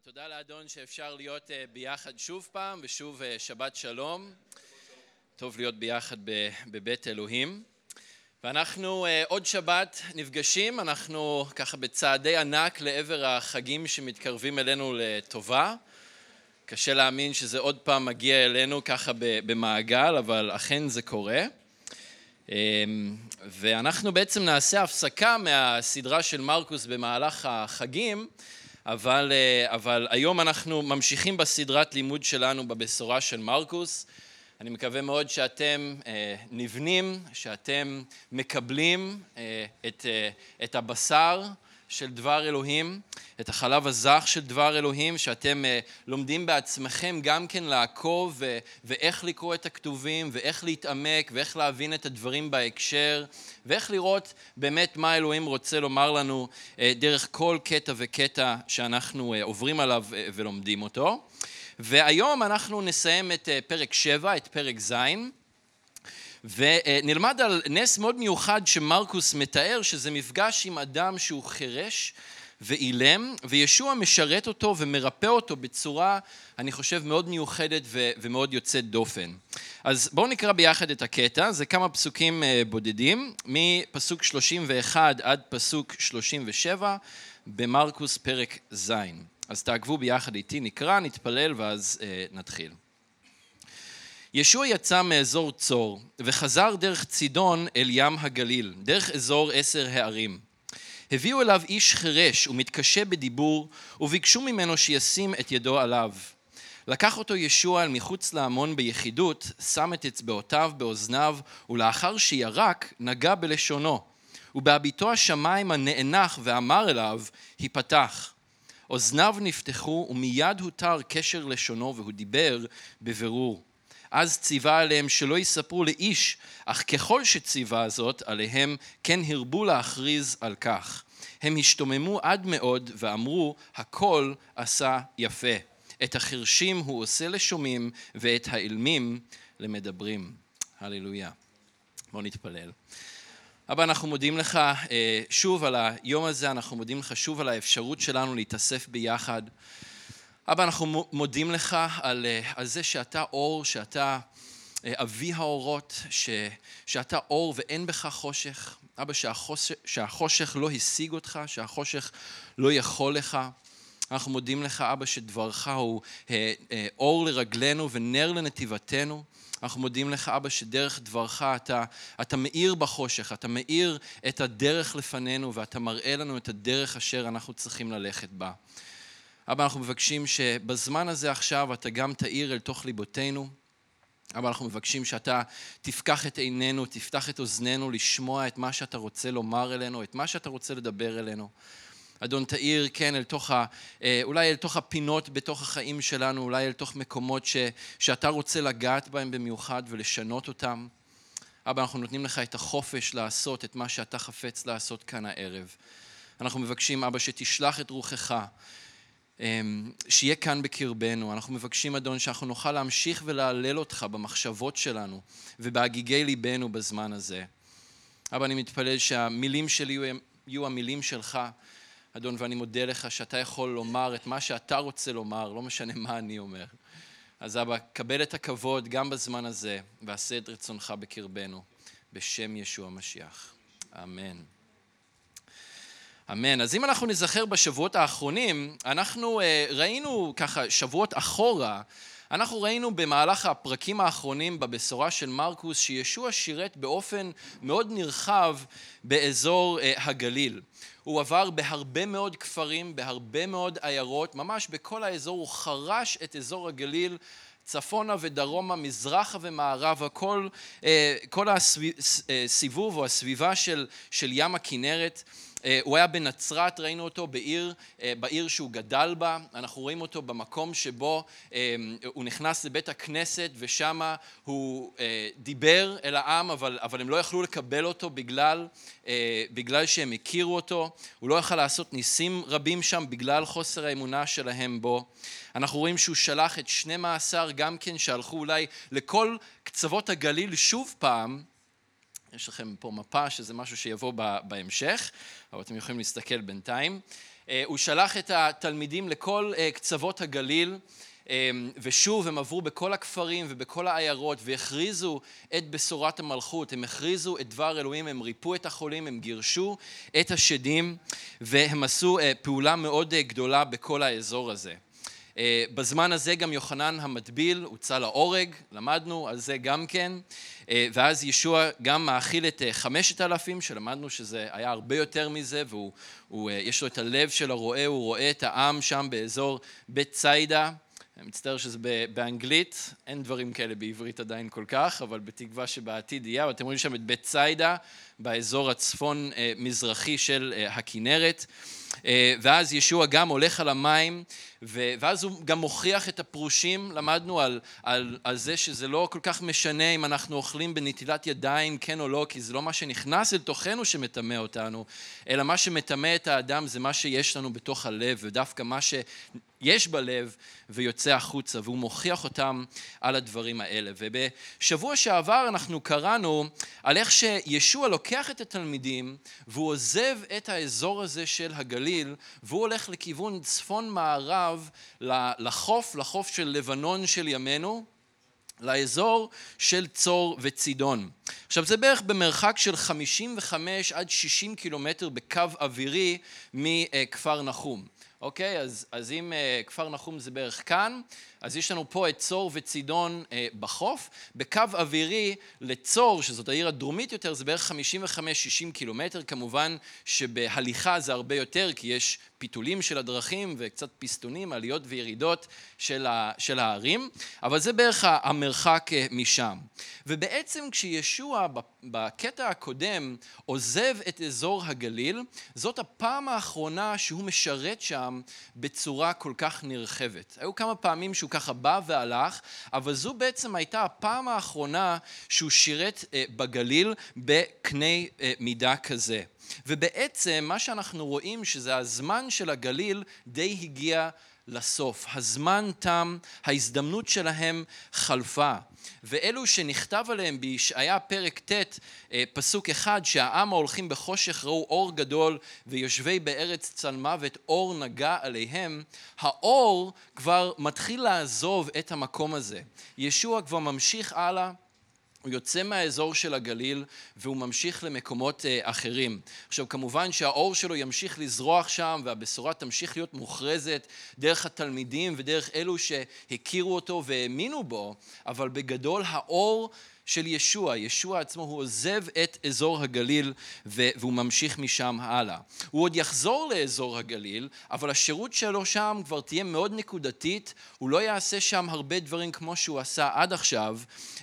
תודה לאדון שאפשר להיות ביחד שוב פעם, ושוב שבת שלום. טוב להיות ביחד בבית אלוהים. ואנחנו עוד שבת נפגשים, אנחנו ככה בצעדי ענק לעבר החגים שמתקרבים אלינו לטובה. קשה להאמין שזה עוד פעם מגיע אלינו ככה במעגל, אבל אכן זה קורה. ואנחנו בעצם נעשה הפסקה מהסדרה של מרקוס במהלך החגים, אבל היום אנחנו ממשיכים בסדרת לימוד שלנו בבשורה של מרקוס. אני מקווה מאוד שאתם נבנים, שאתם מקבלים את הבשר של דבר אלוהים, את החלב הזך של דבר אלוהים, שאתם לומדים בעצמכם גם כן לעקוב ואיך לקרוא את הכתובים ואיך להתעמק ואיך להבין את הדברים בהקשר ואיך לראות באמת מה אלוהים רוצה לומר לנו דרך כל קטע וקטע שאנחנו עוברים עליו ולומדים אותו. והיום אנחנו נסיים את פרק 7, את פרק ז', ונלמד על נס מאוד מיוחד שמרקוס מתאר, שזה מפגש עם אדם שהוא חירש ואילם, וישוע משרת אותו ומרפא אותו בצורה, אני חושב, מאוד מיוחדת ומאוד יוצאת דופן. אז בואו נקרא ביחד את הקטע, זה כמה פסוקים בודדים, מפסוק 31 עד פסוק 37, במרקוס פרק ז'. אז תעקבו ביחד איתי, נקרא, נתפלל ואז נתחיל. ישוע יצא מאזור צור וחזר דרך צידון אל ים הגליל, דרך אזור 10 הערים. הביאו אליו איש חירש ומתקשה בדיבור וביקשו ממנו שישים את ידו עליו. לקח אותו ישוע אל מחוץ להמון ביחידות, שם את אצבעותיו באוזניו ולאחר שירק נגע בלשונו. ובהביטו השמיים הנאנח ואמר אליו, היפתח. אוזניו נפתחו ומיד הותר קשר לשונו והוא דיבר בבירור. אז ציווה עליהם שלא יספרו לאיש, אך ככל שציווה זאת עליהם, כן הרבו להכריז על כך. הם השתוממו עד מאוד ואמרו, הכל עשה יפה. את החרשים הוא עושה לשומעים ואת האילמים למדברים. הללויה. בואו נתפלל. אבא, אנחנו מודים לך שוב על היום הזה, אנחנו מודים לך שוב על האפשרות שלנו להתאסף ביחד. אבא, אנחנו מודים לך על זה שאתה אור, שאתה אבי האורות, שאתה אור ואין בך חושך. אבא, שהחושך לא השיג אותך, שהחושך לא יכול לך. אנחנו מודים לך, אבא, שדברך הוא אור לרגלינו ונר לנתיבתנו. אנחנו מודים לך, אבא, שדרך דברך אתה מאיר בחושך, אתה מאיר את הדרך לפנינו ואתה מראה לנו את הדרך אשר אנחנו צריכים ללכת בה. אבא, אנחנו מבקשים שבזמן הזה עכשיו אתה גם תאיר אל תוך ליבותינו. אבא, אנחנו מבקשים שאתה תפקח את עינינו, תפתח את אוזנינו לשמוע את מה שאתה רוצה לומר אלינו, את מה שאתה רוצה לדבר אלינו. אדון, תאיר, כן, אולי אל תוך הפינות בתוך החיים שלנו, אולי אל תוך מקומות שאתה רוצה לגעת בהם במיוחד ולשנות אותם. אבא, אנחנו נותנים לך את החופש לעשות את מה שאתה חפץ לעשות כאן הערב. אנחנו מבקשים, אבא, שתשלח את רוחך, שיהיה כאן בקרבנו. אנחנו מבקשים, אדון, שאנחנו נוכל להמשיך ולהלל אותך במחשבות שלנו ובהגיגי ליבנו בזמן הזה. אבא, אני מתפלל שהמילים שלי יהיו המילים שלך, אדון, ואני מודה לך שאתה יכול לומר את מה שאתה רוצה לומר, לא משנה מה אני אומר. אז אבא, קבל את הכבוד גם בזמן הזה, ועשה את רצונך בקרבנו, בשם ישוע המשיח. אמן. אמן. אז אם אנחנו נזכר בשבועות האחרונים, אנחנו ראינו ככה שבועות אחורה, אנחנו ראינו במהלך הפרקים האחרונים בבשורה של מרקוס, שישוע שירת באופן מאוד נרחב באזור הגליל. הוא עבר בהרבה מאוד כפרים, בהרבה מאוד עיירות, ממש בכל האזור הוא חרש את אזור הגליל, צפונה ודרומה, מזרחה ומערבה, כל הסיבוב או הסביבה של ים הכנרת. הוא היה בנצרת, ראינו אותו בעיר שהוא גדל בה, אנחנו רואים אותו במקום שבו הוא נכנס לבית הכנסת ושם הוא דיבר אל העם, אבל הם לא יכלו לקבל אותו בגלל שהם הכירו אותו, הוא לא יכל לעשות ניסים רבים שם בגלל חוסר האמונה שלהם בו. אנחנו רואים שהוא שלח את 12 גם כן שהלכו אולי לכל קצוות הגליל שוב פעם, יש לכם פה מפה שזה משהו שיבוא בהמשך, אבל אתם יכולים להסתכל בינתיים. הוא שלח את התלמידים לכל קצוות הגליל, ושוב הם עברו בכל הכפרים ובכל העיירות והכריזו את בשורת המלכות, הם הכריזו את דבר אלוהים, הם ריפו את החולים, הם גירשו את השדים, והם עשו פעולה מאוד גדולה בכל האזור הזה. בזמן הזה גם יוחנן המטביל הוצא להורג, למדנו על זה גם כן, ואז ישוע גם מאכיל את 5,000, שלמדנו שזה היה הרבה יותר מזה, ויש לו את הלב של הרועה, הוא רואה את העם שם באזור בית ציידה, אני מצטער שזה באנגלית, אין דברים כאלה בעברית עדיין כל כך, אבל בתקווה שבעתיד יהיה, ואתם רואים שם את בית ציידה, באזור הצפון מזרחי של הכנרת, ואז ישוע גם הולך על המים, ואז הוא גם מוכיח את הפרושים, למדנו על זה שזה לא כל כך משנה אם אנחנו אוכלים בנטילת ידיים, כן או לא, כי זה לא מה שנכנס אל תוכנו שמטמא אותנו, אלא מה שמטמא את האדם זה מה שיש לנו בתוך הלב, ודווקא מה שיש בלב ויוצא החוצה, והוא מוכיח אותם על הדברים האלה. ובשבוע שעבר אנחנו קראנו על איך שישוע לוקח את התלמידים, והוא עוזב את האזור הזה של הגליל, והוא הולך לכיוון צפון מערב, לחוף של לבנון של ימינו, לאזור של צור וצידון. עכשיו זה בערך במרחק של 55 עד 60 קילומטר בקו אווירי מכפר נחום. אוקיי, אז אם כפר נחום זה בערך כאן, אז יש לנו פה את צור וצידון בחוף, בקו אווירי לצור, שזאת העיר הדרומית יותר, זה בערך 55-60 קילומטר, כמובן שבהליכה זה הרבה יותר, כי יש פיתולים של הדרכים וקצת פיסטונים, עליות וירידות של הערים, אבל זה בערך המרחק משם. ובעצם כשישוע בקטע הקודם עוזב את אזור הגליל, זאת הפעם האחרונה שהוא משרת שם בצורה כל כך נרחבת. היו כמה פעמים שהוא ככה בא והלך, אבל זו בעצם הייתה הפעם האחרונה שהוא שירת בגליל בקנה מידה כזה. ובעצם מה שאנחנו רואים שזה הזמן של הגליל די הגיע לסוף. הזמן תם, ההזדמנות שלהם חלפה. ואלו שנכתב עליהם בישעיה פרק ט' פסוק 1, שהעם ההולכים בחושך ראו אור גדול ויושבי בארץ צל מוות אור נגע עליהם, האור כבר מתחיל לעזוב את המקום הזה. ישוע כבר ממשיך הלאה, הוא יוצא מהאזור של הגליל והוא ממשיך למקומות אחרים. עכשיו כמובן שהאור שלו ימשיך לזרוח שם והבשורה תמשיך להיות מוכרזת דרך התלמידים ודרך אלו שהכירו אותו והאמינו בו, אבל בגדול האור של ישוע עצמו הוא עוזב את אזור הגליל והוא ממשיך משם הלאה. הוא עוד יחזור לאזור הגליל, אבל השירות שלו שם כבר תהיה מאוד נקודתית, הוא לא יעשה שם הרבה דברים כמו שהוא עשה עד עכשיו,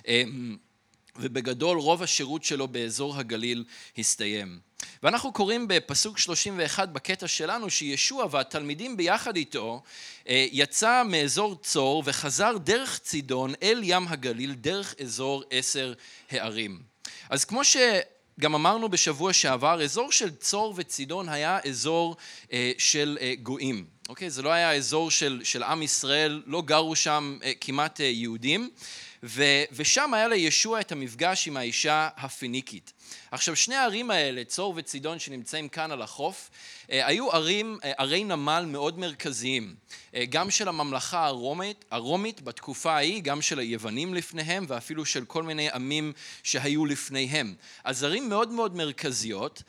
ובגדול רוב השירות שלו באזור הגליל הסתיים. ואנחנו קוראים בפסוק 31 בקטע שלנו שישוע והתלמידים ביחד איתו יצא מאזור צור וחזר דרך צידון אל ים הגליל דרך אזור 10 הערים. אז כמו שגם אמרנו בשבוע שעבר, אזור של צור וצידון היה אזור של גויים. אוקיי? זה לא היה אזור של עם ישראל, לא גרו שם כמעט יהודים. ושם היה לישוע את המפגש עם האישה הפיניקית. עכשיו שני הערים האלה, צור וצידון שנמצאים כאן על החוף, היו ערי נמל מאוד מרכזיים, גם של הממלכה הרומית בתקופה ההיא, גם של היוונים לפניהם ואפילו של כל מיני עמים שהיו לפניהם. אז ערים מאוד מאוד מרכזיות,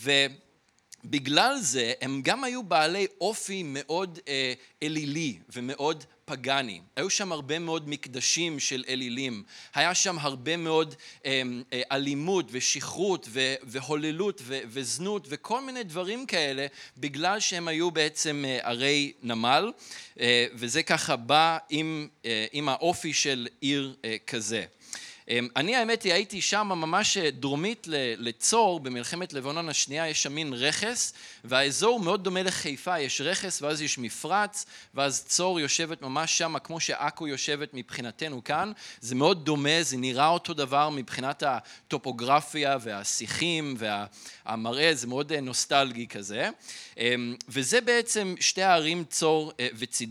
ובגלל זה הם גם היו בעלי אופי מאוד אלילי ומאוד פגני. היו שם הרבה מאוד מקדשים של אלילים, היה שם הרבה מאוד אלימות ושכרות והוללות וזנות וכל מיני דברים כאלה, בגלל שהם היו בעצם ערי נמל, וזה ככה בא עם האופי של עיר כזה. אני האמת היא הייתי שם ממש דרומית לצור, במלחמת לבנון השנייה יש שם מין רכס, והאזור מאוד דומה לחיפה, יש רכס ואז יש מפרץ, ואז צור יושבת ממש שם כמו שעכו יושבת מבחינתנו כאן, זה מאוד דומה, זה נראה אותו דבר מבחינת הטופוגרפיה והשיחים והמראה, זה מאוד נוסטלגי כזה, וזה בעצם שתי הערים צור וצידון.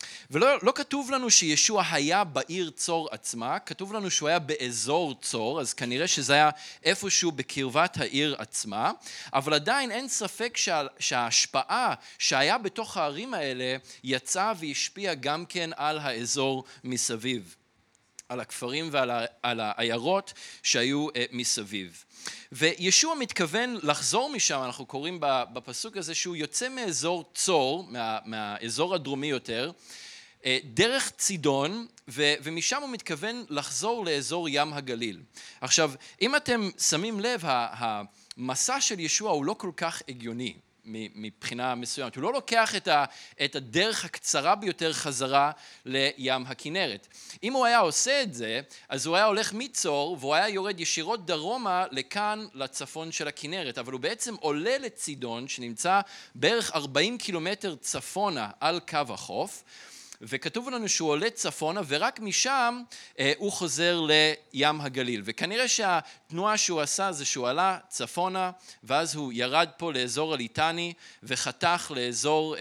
ולא כתוב לנו שישוע היה בעיר צור עצמה, כתוב לנו שהוא היה באזור צור, אז כנראה שזה היה איפשהו בקרבת העיר עצמה, אבל עדיין אין ספק שההשפעה שהיה בתוך הערים האלה יצאה והשפיעה גם כן על האזור מסביב, על הכפרים ועל העיירות שהיו מסביב. וישוע מתכוון לחזור משם, אנחנו קוראים בפסוק הזה שהוא יוצא מאזור צור, מהאזור הדרומי יותר, דרך צידון, ומשם הוא מתכוון לחזור לאזור ים הגליל. עכשיו, אם אתם שמים לב, המסע של ישוע הוא לא כל כך הגיוני מבחינה מסוימת. הוא לא לוקח את הדרך הקצרה ביותר חזרה לים הכנרת. אם הוא היה עושה את זה, אז הוא היה הולך מצור, והוא היה יורד ישירות דרומה לכאן, לצפון של הכנרת. אבל הוא בעצם עולה לצידון, שנמצא בערך 40 קילומטר צפונה על קו החוף, וכתוב לנו שהוא עולה צפונה, ורק משם הוא חוזר לים הגליל. וכנראה שהתנועה שהוא עשה זה שהוא עלה צפונה, ואז הוא ירד פה לאזור הליטני, וחתך לאזור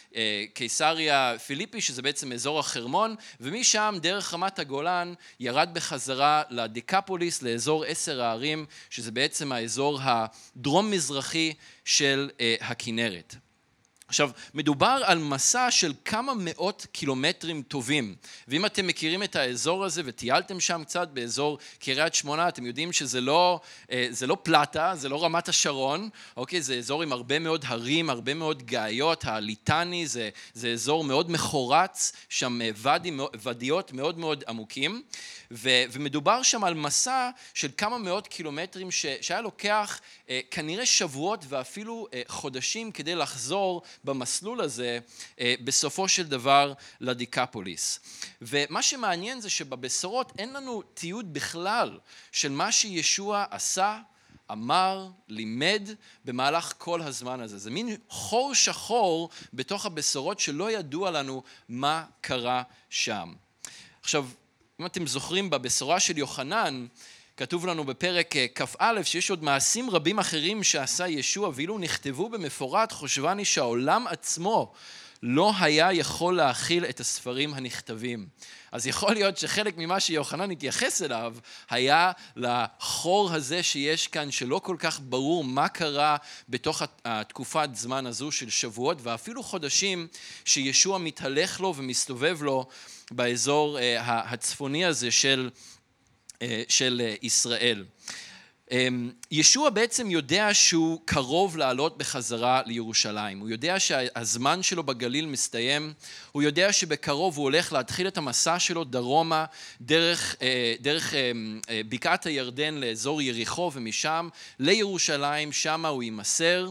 קיסריה פיליפי, שזה בעצם אזור החרמון, ומשם דרך רמת הגולן ירד בחזרה לדיקפוליס, לאזור 10 הערים, שזה בעצם האזור הדרום-מזרחי של הכנרת. עכשיו, מדובר על מסע של כמה מאות קילומטרים טובים, ואם אתם מכירים את האזור הזה וטיילתם שם קצת באזור קריית שמונה, אתם יודעים שזה לא פלטה, זה לא רמת השרון, אוקיי? זה אזור עם הרבה מאוד הרים, הרבה מאוד גאיות, הליטני, זה אזור מאוד מחורץ, שם ודיות מאוד מאוד עמוקים, ומדובר שם על מסע של כמה מאות קילומטרים שהיה לוקח כנראה שבועות ואפילו חודשים כדי לחזור במסלול הזה בסופו של דבר לדיקפוליס. ומה שמעניין זה שבבשורות אין לנו תיעוד בכלל של מה שישוע עשה, אמר, לימד במהלך כל הזמן הזה. זה מין חור שחור בתוך הבשורות שלא ידוע לנו מה קרה שם. עכשיו, אם אתם זוכרים בבשורה של יוחנן, כתוב לנו בפרק כ"א שיש עוד מעשים רבים אחרים שעשה ישוע, ואילו נכתבו במפורט, חושבני שהעולם עצמו לא היה יכול להכיל את הספרים הנכתבים. אז יכול להיות שחלק ממה שיוחנן התייחס אליו היה לחור הזה שיש כאן, שלא כל כך ברור מה קרה בתוך התקופת זמן הזו של שבועות ואפילו חודשים שישוע מתהלך לו ומסתובב לו באזור הצפוני הזה של ישראל. ישוע בעצם יודע שהוא קרוב לעלות בחזרה לירושלים. הוא יודע שהזמן שלו בגליל מסתיים. הוא יודע שבקרוב הוא הולך להתחיל את המסע שלו דרומה דרך בקעת הירדן לאזור יריחו, ומשם לירושלים. שם הוא יימסר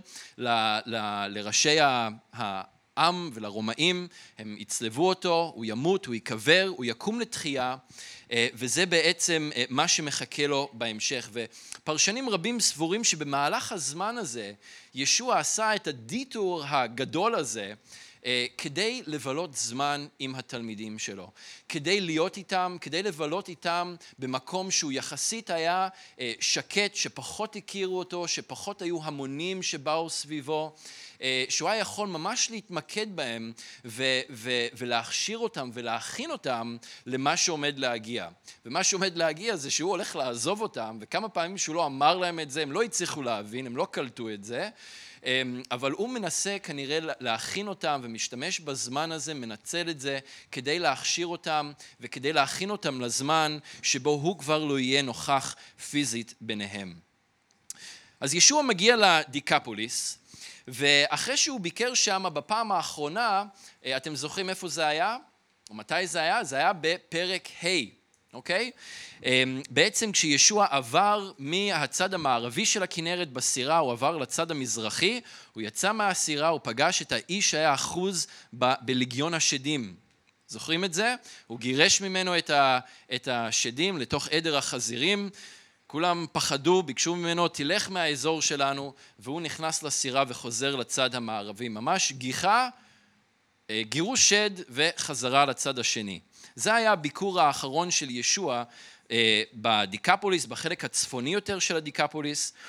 לראשי העם ולרומאים. הם יצלבו אותו, הוא ימות, הוא יקבר, הוא יקום לתחייה. וזה בעצם מה שמחכה לו בהמשך. ופרשנים רבים סבורים שבמהלך הזמן הזה ישוע עשה את הדיטור הגדול הזה כדי לבלות זמן עם התלמידים שלו, כדי להיות איתם, כדי לבלות איתם במקום שהוא יחסית היה שקט, שפחות הכירו אותו, שפחות היו המונים שבאו סביבו, שהוא היה יכול ממש להתמקד בהם ולהכשיר אותם ולהכין אותם למה שעומד להגיע. ומה שעומד להגיע זה שהוא הולך לעזוב אותם, וכמה פעמים שהוא לא אמר להם את זה, הם לא הצליחו להבין, הם לא קלטו את זה, אבל הוא מנסה כנראה להכין אותם ומשתמש בזמן הזה, מנצל את זה כדי להכשיר אותם וכדי להכין אותם לזמן שבו הוא כבר לא יהיה נוכח פיזית ביניהם. אז ישוע מגיע לדיקפוליס, ואחרי שהוא ביקר שם בפעם האחרונה, אתם זוכרים איפה זה היה? או מתי זה היה? זה היה בפרק ה', אוקיי? בעצם כשישוע עבר מהצד המערבי של הכנרת בסירה, הוא עבר לצד המזרחי, הוא יצא מהסירה, הוא פגש את האיש שהיה אחוז בלגיון השדים. זוכרים את זה? הוא גירש ממנו את השדים לתוך עדר החזירים, כולם פחדו, ביקשו ממנו, תלך מהאזור שלנו, והוא נכנס לסירה וחוזר לצד המערבי. ממש גיחה, גירוש שד וחזרה לצד השני. זה היה הביקור האחרון של ישוע בדיקפוליס, בחלק הצפוני יותר של הדיקפוליס,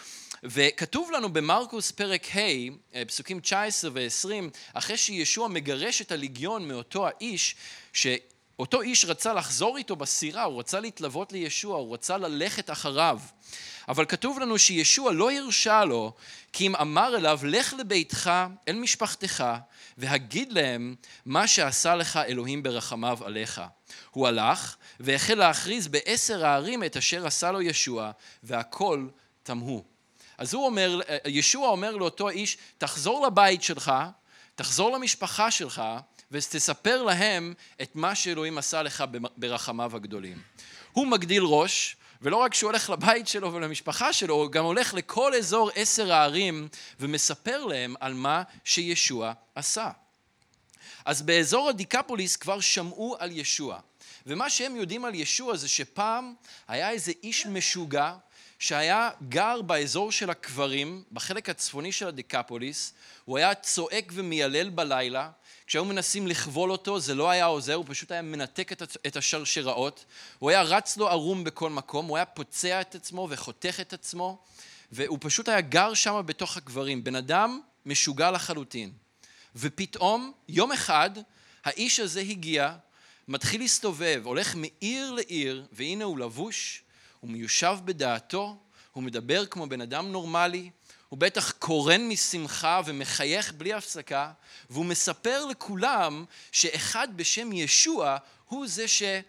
וכתוב לנו במרקוס פרק ה', פסוקים 19 ו-20, אחרי שישוע מגרש את הליגיון מאותו האיש, שאותו איש רצה לחזור איתו בסירה, הוא רצה להתלוות לישוע, הוא רצה ללכת אחריו. אבל כתוב לנו שישוע לא הרשה לו, כי אם אמר אליו, לך לביתך, אל משפחתך, והגיד להם מה שעשה לך אלוהים ברחמיו עליך. הוא הלך והחל להכריז ב10 הערים את אשר עשה לו ישוע, והכל תמהו. אז ישוע אומר לאותו האיש, תחזור לבית שלך, תחזור למשפחה שלך, ותספר להם את מה שאלוהים עשה לך ברחמיו הגדולים. הוא מגדיל ראש, ולא רק שהוא הולך לבית שלו ולמשפחה שלו, הוא גם הולך לכל אזור 10 הערים, ומספר להם על מה שישוע עשה. אז באזור הדיקפוליס כבר שמעו על ישוע. ומה שהם יודעים על ישוע זה שפעם היה איזה איש משוגע, שהיה גר באזור של הקברים, בחלק הצפוני של הדיקפוליס, הוא היה צועק ומיילל בלילה, כשהיו מנסים לכבול אותו זה לא היה עוזר, הוא פשוט היה מנתק את השרשראות, הוא היה רץ לו ערום בכל מקום, הוא היה פוצע את עצמו וחותך את עצמו, והוא פשוט היה גר שם בתוך הקברים, בן אדם משוגע לחלוטין. ופתאום יום אחד האיש הזה הגיע, מתחיל להסתובב, הולך מעיר לעיר, והנה הוא לבוש, הוא מיושב בדעתו, הוא מדבר כמו בן אדם נורמלי, הוא בטח קורן משמחה ומחייך בלי הפסקה, והוא מספר לכולם שאחד בשם ישוע הוא זה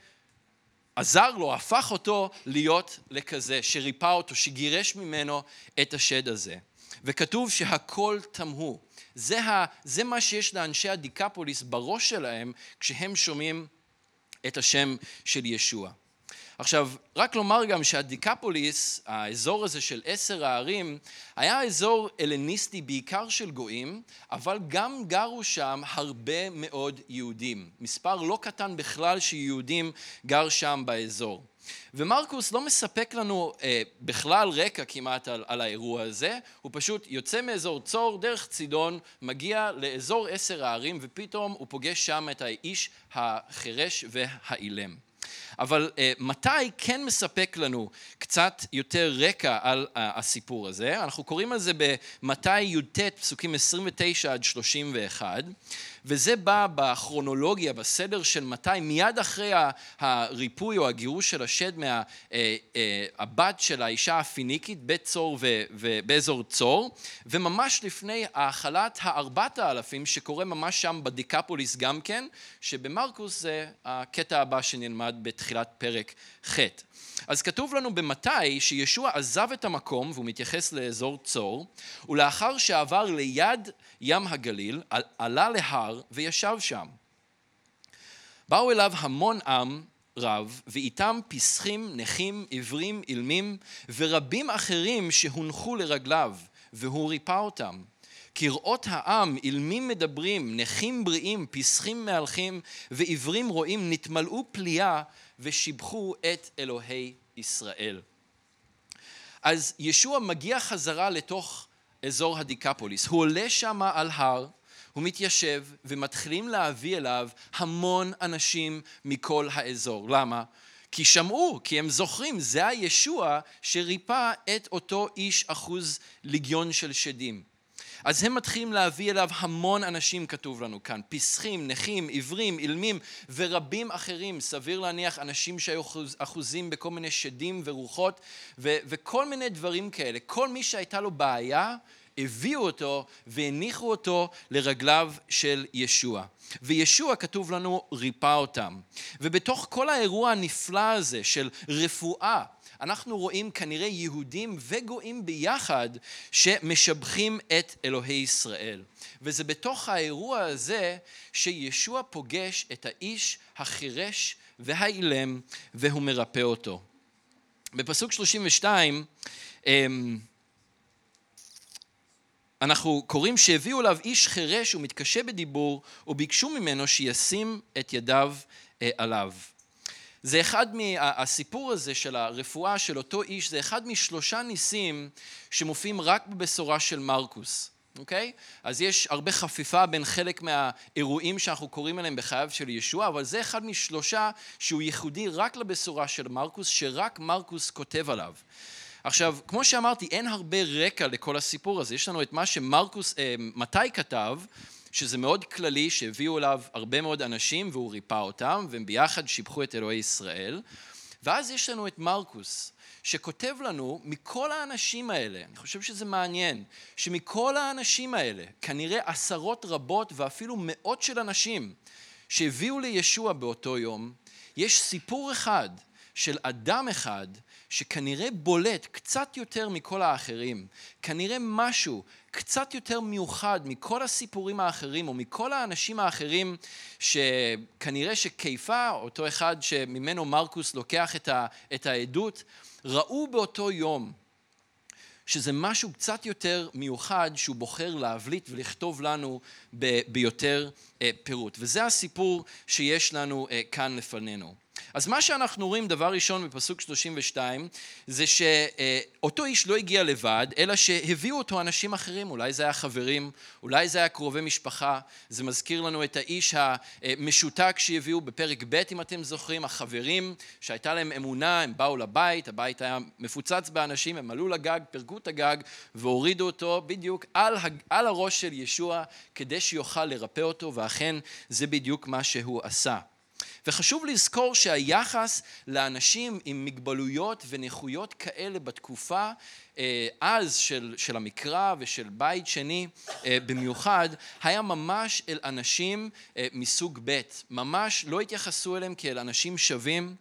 שעזר לו, הפך אותו להיות לכזה, שריפא אותו, שגירש ממנו את השד הזה. וכתוב שהכל תמהו. זה מה שיש לאנשי הדיקפוליס בראש שלהם כשהם שומעים את השם של ישוע. עכשיו, רק לומר גם שהדיקפוליס, האזור הזה של 10 הערים, היה אזור אלניסטי בעיקר של גויים, אבל גם גרו שם הרבה מאוד יהודים. מספר לא קטן בכלל שיהודים גר שם באזור. ומרקוס לא מספק לנו בכלל רקע כמעט על האירוע הזה, הוא פשוט יוצא מאזור צור דרך צידון, מגיע לאזור 10 הערים ופתאום הוא פוגש שם את האיש החירש והאילם. אבל מתי כן מספק לנו קצת יותר רקע על הסיפור הזה? אנחנו קוראים על זה במתי י"ט פסוקים 29 עד 31, וזה בא בכרונולוגיה, בסדר של מתי, מיד אחרי הריפוי או הגירוש של השד מהבת של האישה הפיניקית באזור צור, וממש לפני האכלת 4,000 שקורה ממש שם בדיקפוליס גם כן, שבמרקוס זה הקטע הבא שנלמד בתחילת פרק ח'. אז כתוב לנו במתי שישוע עזב את המקום, והוא מתייחס לאזור צור, ולאחר שעבר ליד ים הגליל, עלה להר וישב שם. באו אליו המון עם רב, ואיתם פסחים, נכים, עיוורים, אילמים, ורבים אחרים שהונחו לרגליו, והוא ריפא אותם. כראות העם, אילמים מדברים, נכים בריאים, פסחים מהלכים, ועיוורים רואים, נתמלאו פליאה, ושיבחו את אלוהי ישראל. אז ישוע מגיע חזרה לתוך אזור הדיקפוליס, הוא עולה שם על הר, הוא מתיישב ומתחילים להביא אליו המון אנשים מכל האזור. למה? כי שמעו, כי הם זוכרים, זה הישוע שריפא את אותו איש אחוז ליגיון של שדים. אז הם מתחילים להביא אליו המון אנשים, כתוב לנו כאן, פסחים, נכים, עיוורים, אילמים ורבים אחרים, סביר להניח אנשים שהיו אחוזים בכל מיני שדים ורוחות וכל מיני דברים כאלה. כל מי שהייתה לו בעיה, הביאו אותו והניחו אותו לרגליו של ישוע. וישוע, כתוב לנו, ריפא אותם. ובתוך כל האירוע הנפלא הזה של רפואה, אנחנו רואים כנראה יהודים וגויים ביחד שמשבחים את אלוהי ישראל. וזה בתוך האירוע הזה שישוע פוגש את האיש החירש והאילם והוא מרפא אותו. בפסוק 32 אנחנו קוראים שהביאו אליו איש חירש ומתקשה בדיבור וביקשו ממנו שישים את ידיו עליו. זה אחד מהסיפור הזה של הרפואה של אותו איש, זה אחד מ3 ניסים שמופיעים רק בבשורה של מרקוס. אוקיי? אז יש הרבה חפיפה בין חלק מהאירועים שאנחנו קוראים עליהם בחייו של ישוע, אבל זה אחד מ3 שהוא ייחודי רק לבשורה של מרקוס, שרק מרקוס כותב עליו. עכשיו, כמו שאמרתי, אין הרבה רקע לכל הסיפור הזה. יש לנו את מה מתי כתב, שזה מאוד כללי, שהביאו אליו הרבה מאוד אנשים והוא ריפא אותם, והם ביחד שיבחו את אלוהי ישראל. ואז יש לנו את מרקוס, שכותב לנו מכל האנשים האלה, אני חושב שזה מעניין, שמכל האנשים האלה, כנראה עשרות רבות ואפילו מאות של אנשים שהביאו לישוע באותו יום, יש סיפור אחד של אדם אחד שכנראה בולט קצת יותר מכל האחרים, כנראה משהו קצת יותר מיוחד מכל הסיפורים האחרים או מכל האנשים האחרים שכנראה שכיפה, אותו אחד שממנו מרקוס לוקח את העדות, ראו באותו יום שזה משהו קצת יותר מיוחד שהוא בוחר להבליט ולכתוב לנו ביותר פירוט. וזה הסיפור שיש לנו כאן לפנינו. אז מה שאנחנו רואים דבר ראשון בפסוק 32 זה שאותו איש לא הגיע לבד, אלא שהביאו אותו אנשים אחרים, אולי זה היה חברים, אולי זה היה קרובי משפחה, זה מזכיר לנו את האיש המשותק שהביאו בפרק ב' אם אתם זוכרים, החברים שהייתה להם אמונה, הם באו לבית, הבית היה מפוצץ באנשים, הם עלו לגג, פרקו את הגג והורידו אותו בדיוק על הראש של ישוע כדי שיוכל לרפא אותו, ואכן זה בדיוק מה שהוא עשה. וחשוב לזכור שהיחס לאנשים עם מגבלויות ונכויות כאלה בתקופה אז של המקרא ושל בית שני במיוחד, היה ממש אל אנשים מסוג ב', ממש לא התייחסו אליהם כאל אנשים שווים.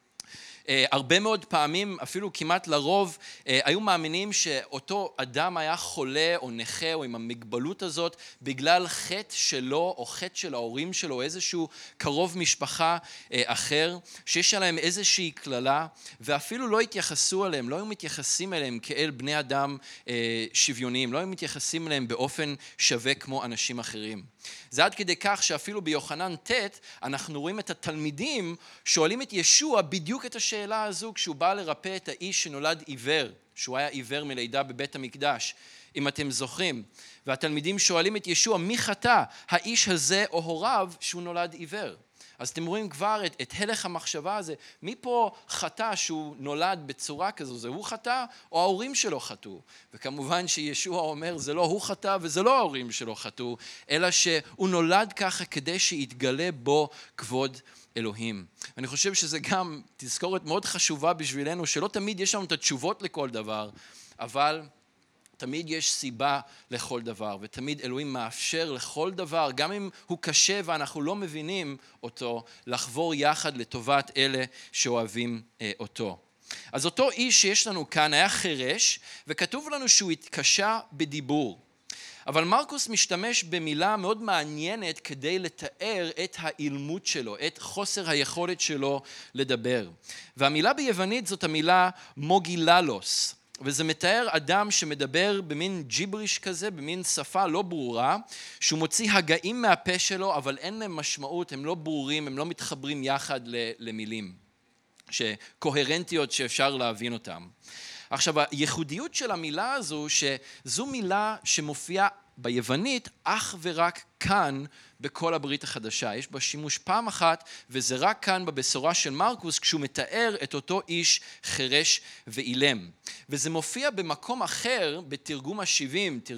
הרבה מאוד פעמים, אפילו כמעט לרוב, היו מאמינים שאותו אדם היה חולה או נכה או עם המגבלות הזאת בגלל חטא שלו או חטא של ההורים שלו או איזשהו קרוב משפחה אחר, שיש עליהם איזושהי כללה, ואפילו לא התייחסו אליהם, לא היו מתייחסים אליהם כאל בני אדם שוויוניים, לא היו מתייחסים אליהם באופן שווה כמו אנשים אחרים. זה עד כדי כך שאפילו ביוחנן ט' אנחנו רואים את התלמידים שואלים את ישוע בדיוק את השאלה הזו כשהוא בא לרפא את האיש שנולד עיוור, שהוא היה עיוור מלידה בבית המקדש, אם אתם זוכרים. והתלמידים שואלים את ישוע, מי חטא, האיש הזה או הוריו שהוא נולד עיוור? אז אתם רואים כבר את הלך המחשבה הזה, מי פה חטא שהוא נולד בצורה כזו, זה הוא חטא או ההורים שלו חטאו? וכמובן שישוע אומר, זה לא הוא חטא וזה לא ההורים שלו חטאו, אלא שהוא נולד ככה כדי שיתגלה בו כבוד אלוהים. אני חושב שזה גם תזכורת מאוד חשובה בשבילנו, שלא תמיד יש לנו את התשובות לכל דבר, אבל תמיד יש סיבה לכל דבר, ותמיד אלוהים מאפשר לכל דבר, גם אם הוא קשה ואנחנו לא מבינים אותו, לחבור יחד לטובת אלה שאוהבים אותו. אז אותו איש שיש לנו כאן היה חירש, וכתוב לנו שהוא התקשה בדיבור. אבל מרקוס משתמש במילה מאוד מעניינת כדי לתאר את האילמות שלו, את חוסר היכולת שלו לדבר. והמילה ביוונית זאת המילה מוגיללוס. וזה מתאר אדם שמדבר במין ג'יבריש כזה, במין שפה לא ברורה, שהוא מוציא הגאים מהפה שלו, אבל אין להם משמעות, הם לא ברורים, הם לא מתחברים יחד למילים, שקוהרנטיות שאפשר להבין אותם. עכשיו, הייחודיות של המילה הזו, שזו מילה שמופיעה ביוונית אך ורק כאן בכל הברית החדשה. יש בה שימוש פעם אחת, וזה רק כאן בבשורה של מרקוס, כשהוא מתאר את אותו איש חירש ואילם. וזה מופיע במקום אחר, בתרגום ה-70,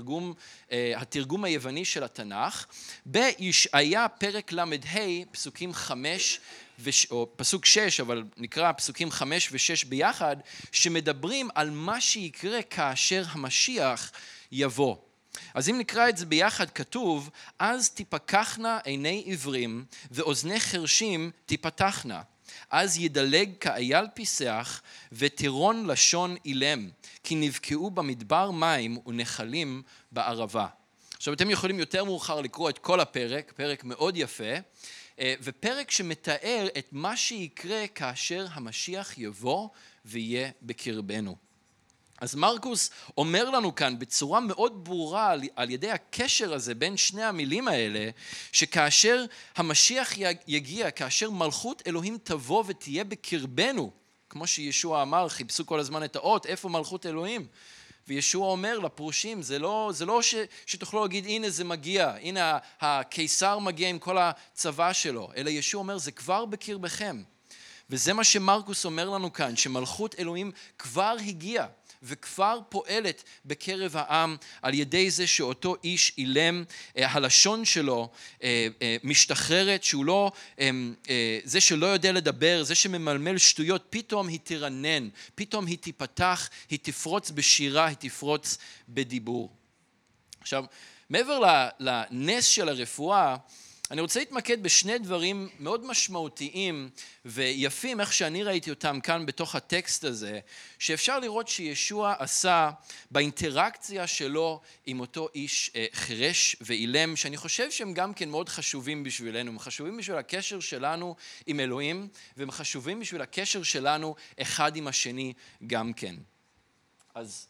התרגום היווני של התנ"ך, בישעיה פרק ל"ה, פסוקים 5, או פסוק 6, אבל נקרא פסוקים 5 ו-6 ביחד, שמדברים על מה שיקרה כאשר המשיח יבוא. אז אם נקרא את זה ביחד, כתוב, אז תיפקחנה עיני עיוורים ואוזני חרשים תיפתחנה. אז ידלג כאייל פיסח וטירון לשון אילם, כי נבקעו במדבר מים ונחלים בערבה. עכשיו אתם יכולים יותר מאוחר לקרוא את כל הפרק, פרק מאוד יפה, ופרק שמתאר את מה שיקרה כאשר המשיח יבוא ויהיה בקרבנו. אז מרקוס אומר לנו כאן בצורה מאוד ברורה על ידי הקשר הזה בין שני המילים האלה, שכאשר המשיח יגיע, כאשר מלכות אלוהים תבוא ותהיה בקרבנו, כמו שישוע אמר, חיפשו כל הזמן את האות, איפה מלכות אלוהים? וישוע אומר לפרושים, זה לא שתוכלו להגיד, הנה זה מגיע, הנה הקיסר מגיע עם כל הצבא שלו, אלא ישוע אומר, זה כבר בקרבכם. וזה מה שמרקוס אומר לנו כאן, שמלכות אלוהים כבר הגיעה. וכבר פועלת בקרב העם על ידי זה שאותו איש אילם, הלשון שלו משתחררת, שהוא לא, זה שלא יודע לדבר, זה שממלמל שטויות, פתאום היא תרנן, פתאום היא תיפתח, היא תפרוץ בשירה, היא תפרוץ בדיבור. עכשיו, מעבר לנס של הרפואה, אני רוצה להתמקד בשני דברים מאוד משמעותיים ויפים, איך שאני ראיתי אותם כאן בתוך הטקסט הזה, שאפשר לראות שישוע עשה באינטראקציה שלו עם אותו איש חירש ואילם, שאני חושב שהם גם כן מאוד חשובים בשבילנו, הם חשובים בשביל הקשר שלנו עם אלוהים, והם חשובים בשביל הקשר שלנו אחד עם השני גם כן. אז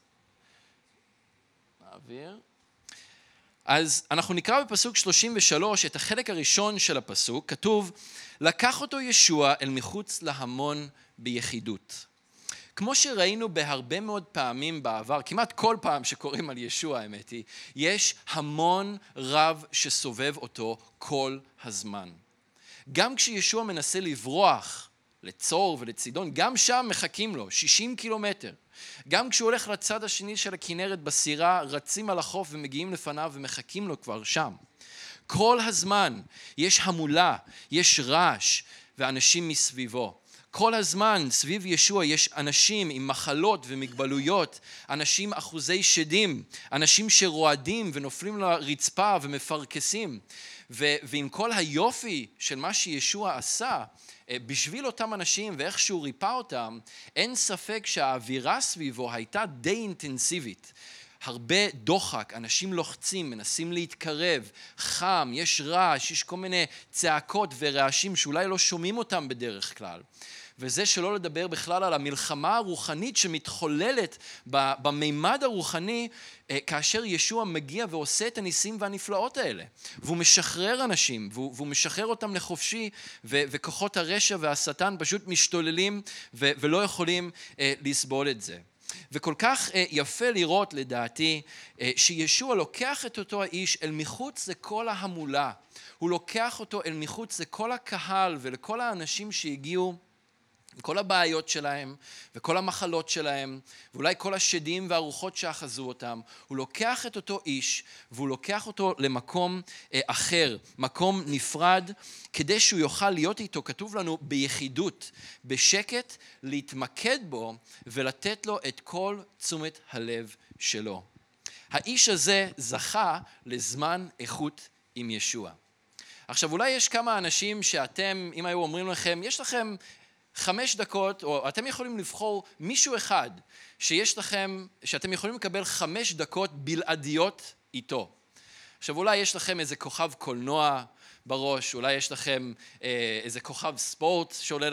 נעביר. אז אנחנו נקרא בפסוק 33 את החלק הראשון של הפסוק, כתוב, לקח אותו ישוע אל מחוץ להמון ביחידות. כמו שראינו בהרבה מאוד פעמים בעבר, כמעט כל פעם שקוראים על ישוע האמת היא, יש המון רב שסובב אותו כל הזמן. גם כשישוע מנסה לברוח לצור ולצידון, גם שם מחכים לו 60 קילומטר. גם כשהוא הולך לצד השני של הכנרת בסירה, רצים על החוף ומגיעים לפניו ומחכים לו כבר שם. כל הזמן יש המולה, יש רעש ואנשים מסביבו. כל הזמן סביב ישוע יש אנשים עם מחלות ומגבלויות, אנשים אחוזי שדים, אנשים שרועדים ונופלים לרצפה ומפרקסים. ועם כל היופי של מה שישוע עשה, בשביל אותם אנשים ואיך שהוא ריפא אותם, אין ספק שהאווירה סביבו הייתה די אינטנסיבית. הרבה דוחק, אנשים לוחצים, מנסים להתקרב, חם, יש רעש, יש כל מיני צעקות ורעשים שאולי לא שומעים אותם בדרך כלל. וזה שלא לדבר בכלל על המלחמה הרוחנית שמתחוללת במימד הרוחני, כאשר ישוע מגיע ועושה את הניסים והנפלאות האלה. והוא משחרר אנשים, והוא משחרר אותם לחופשי, וכוחות הרשע והשטן פשוט משתוללים ולא יכולים לסבול את זה. וכל כך יפה לראות לדעתי שישוע לוקח את אותו האיש אל מחוץ לכל ההמולה. הוא לוקח אותו אל מחוץ לכל הקהל ולכל האנשים שהגיעו, כל הבעיות שלהם וכל המחלות שלהם, ואולי כל השדים והרוחות שאחזו אותם. הוא לוקח את אותו איש והוא לוקח אותו למקום אחר, מקום נפרד, כדי שהוא יוכל להיות איתו, כתוב לנו, ביחידות, בשקט, להתמקד בו ולתת לו את כל תשומת הלב שלו. האיש הזה זכה לזמן איכות עם ישוע. עכשיו אולי יש כמה אנשים שאתם, אם היו אומרים לכם, יש לכם 5 דקות, או אתם יכולים לבחור מישהו אחד שיש לכם, שאתם יכולים לקבל 5 דקות בלעדיות איתו. עכשיו אולי יש לכם איזה כוכב קולנוע בראש, אולי יש לכם איזה כוכב ספורט שעולה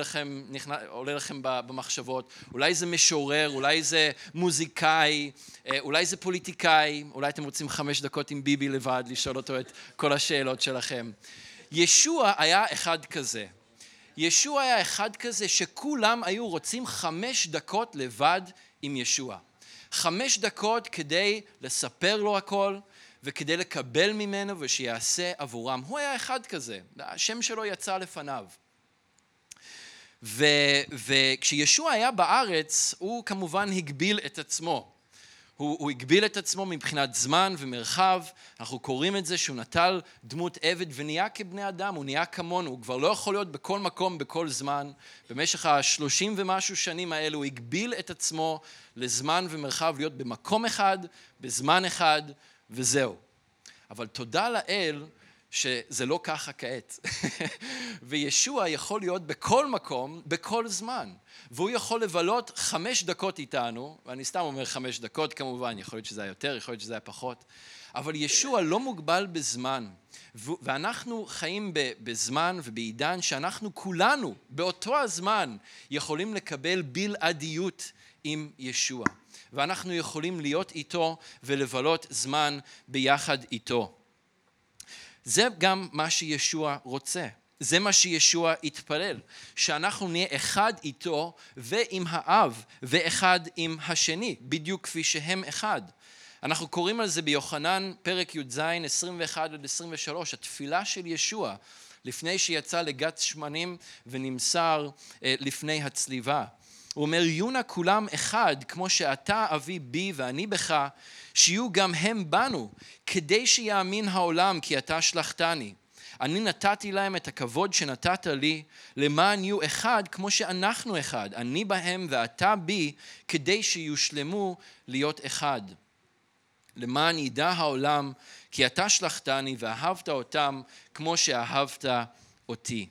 לכם במחשבות, אולי זה משורר, אולי זה מוזיקאי, אולי זה פוליטיקאי, אולי אתם רוצים 5 דקות עם ביבי לבד לשאול אותו את כל השאלות שלכם. ישוע היה אחד כזה. ישוע היה אחד כזה שכולם היו רוצים 5 דקות לבד עם ישוע. 5 דקות כדי לספר לו הכל וכדי לקבל ממנו ושיעשה עבורם. הוא היה אחד כזה, השם שלו יצא לפניו. וכשישוע היה בארץ, הוא כמובן הגביל את עצמו. הוא הגביל את עצמו מבחינת זמן ומרחב, אנחנו קוראים את זה שהוא נטל דמות עבד ונהיה כבני אדם, הוא נהיה כמונו, הוא כבר לא יכול להיות בכל מקום, בכל זמן. במשך 30 ומשהו שנים האלו הוא הגביל את עצמו לזמן ומרחב, להיות במקום אחד, בזמן אחד, וזהו. אבל תודה לאל שזה לא ככה כעת. וישוע יכול להיות בכל מקום, בכל זמן. והוא יכול לבלות 5 דקות איתנו, ואני סתם אומר 5 דקות כמובן, יכול להיות שזה היה יותר, יכול להיות שזה היה פחות, אבל ישוע לא מוגבל בזמן, ואנחנו חיים בזמן ובעידן שאנחנו כולנו באותו הזמן יכולים לקבל בלעדיות עם ישוע, ואנחנו יכולים להיות איתו ולבלות זמן ביחד איתו. זה גם מה שישוע רוצה. זה מה שישוע התפלל, שאנחנו נהיה אחד איתו ועם האב ואחד עם השני, בדיוק כפי שהם אחד. אנחנו קוראים על זה ביוחנן פרק י"ז 21-23, התפילה של ישוע לפני שיצא לגת שמנים ונמסר לפני הצליבה. הוא אומר, יהיו נא כולם אחד, כמו שאתה אבי בי ואני בך, שיהיו גם הם בנו, כדי שיאמין העולם כי אתה שלחתני. אני נתתי להם את הכבוד שנתת לי, למען יהיו אחד כמו שאנחנו אחד, אני בהם ואתה בי, כדי שיושלמו להיות אחד. למען ידע העולם כי אתה שלחתני ואהבת אותם כמו שאהבת אותי.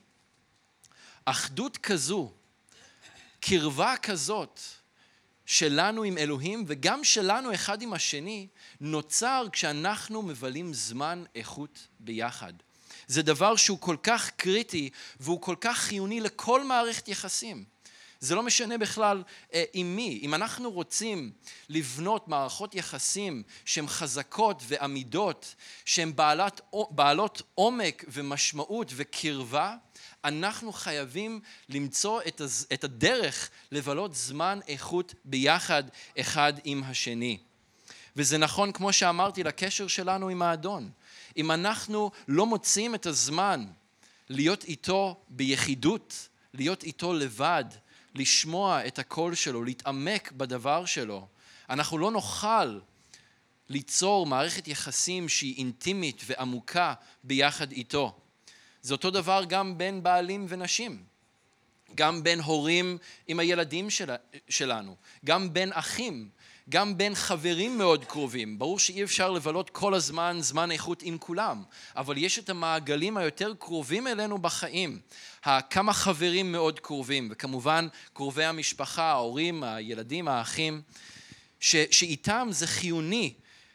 אחדות כזו, קרבה כזאת שלנו עם אלוהים וגם שלנו אחד עם השני, נוצר כשאנחנו מבלים זמן איכות ביחד. זה דבר שהוא כל כך קריטי והוא כל כך חיוני לכל מערכת יחסים. זה לא משנה בכלל עם מי. אם אנחנו רוצים לבנות מערכות יחסים שהן חזקות ועמידות, שהן בעלות עומק ומשמעות וקרבה, אנחנו חייבים למצוא את הדרך לבלות זמן איכות ביחד אחד עם השני. וזה נכון, כמו שאמרתי, לקשר שלנו עם האדון. אם אנחנו לא מוצאים את הזמן להיות איתו ביחידות, להיות איתו לבד, לשמוע את הקול שלו, להתעמק בדבר שלו, אנחנו לא נוכל ליצור מערכת יחסים שהיא אינטימית ועמוקה ביחד איתו. זה אותו דבר גם בין בעלים ונשים, גם בין הורים עם הילדים שלנו, גם בין אחים, גם בין חברים מאוד קרובים. ברור שאי אפשר לבלות כל הזמן זמן איכות עם כולם, אבל יש את המעגלים היותר קרובים אלינו בחיים, כמה חברים מאוד קרובים, וכמובן קרובי המשפחה, ההורים, הילדים, האחים, שאיתם זה חיוני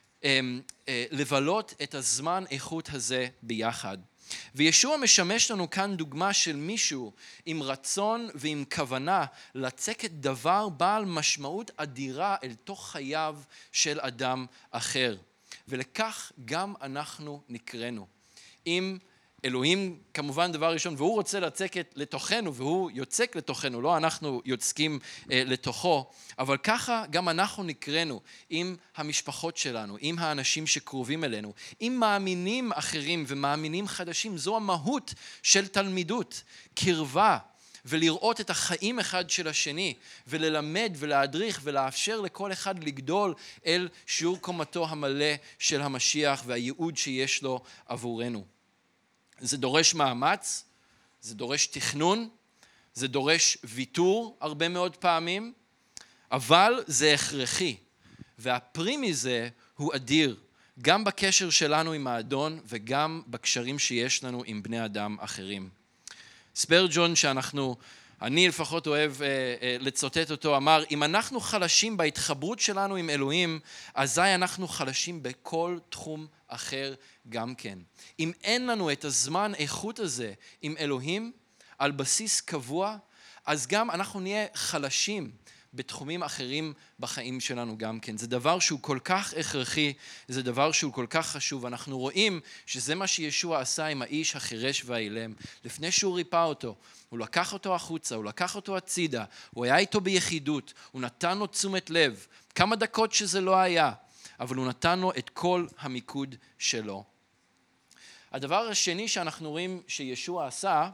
לבלות את הזמן איכות הזה ביחד. וישוע משמש לנו כאן דוגמה של מישהו עם רצון ועם כוונה לצקת דבר בעל משמעות אדירה אל תוך חייו של אדם אחר. ולכך גם אנחנו נקראנו. אם אלוהים כמובן דבר ראשון, והוא רוצה לצקת לתוכנו, והוא יוצק לתוכנו, לא אנחנו יוצקים לתוכו, אבל ככה גם אנחנו נקראנו עם המשפחות שלנו, עם האנשים שקרובים אלינו, עם מאמינים אחרים ומאמינים חדשים. זו המהות של תלמידות, קרבה, ולראות את החיים אחד של השני, וללמד ולהדריך ולאפשר לכל אחד לגדול אל שיעור קומתו המלא של המשיח והייעוד שיש לו עבורנו. זה דורש מאמץ, זה דורש תכנון, זה דורש ויתור הרבה מאוד פעמים, אבל זה הכרחי, והפרי מזה הוא אדיר, גם בקשר שלנו עם האדון וגם בקשרים שיש לנו עם בני אדם אחרים. ספרג'ון, אני לפחות אוהב לצוטט אותו, אמר, אם אנחנו חלשים בהתחברות שלנו עם אלוהים, אזי אנחנו חלשים בכל תחום אחר גם כן. אם אין לנו את הזמן איכות הזה עם אלוהים על בסיס קבוע, אז גם אנחנו נהיה חלשים בתחומים אחרים בחיים שלנו גם כן. זה דבר שהוא כל כך הכרחי, זה דבר שהוא כל כך חשוב. אנחנו רואים שזה מה שישוע עשה עם האיש החירש והאילם. לפני שהוא ריפא אותו, הוא לקח אותו החוצה, הוא לקח אותו הצידה, הוא היה איתו ביחידות, הוא נתן לו תשומת לב, כמה דקות שזה לא היה, אבל הוא נתן לו את כל המיקוד שלו. הדבר השני שאנחנו רואים שישוע עשה,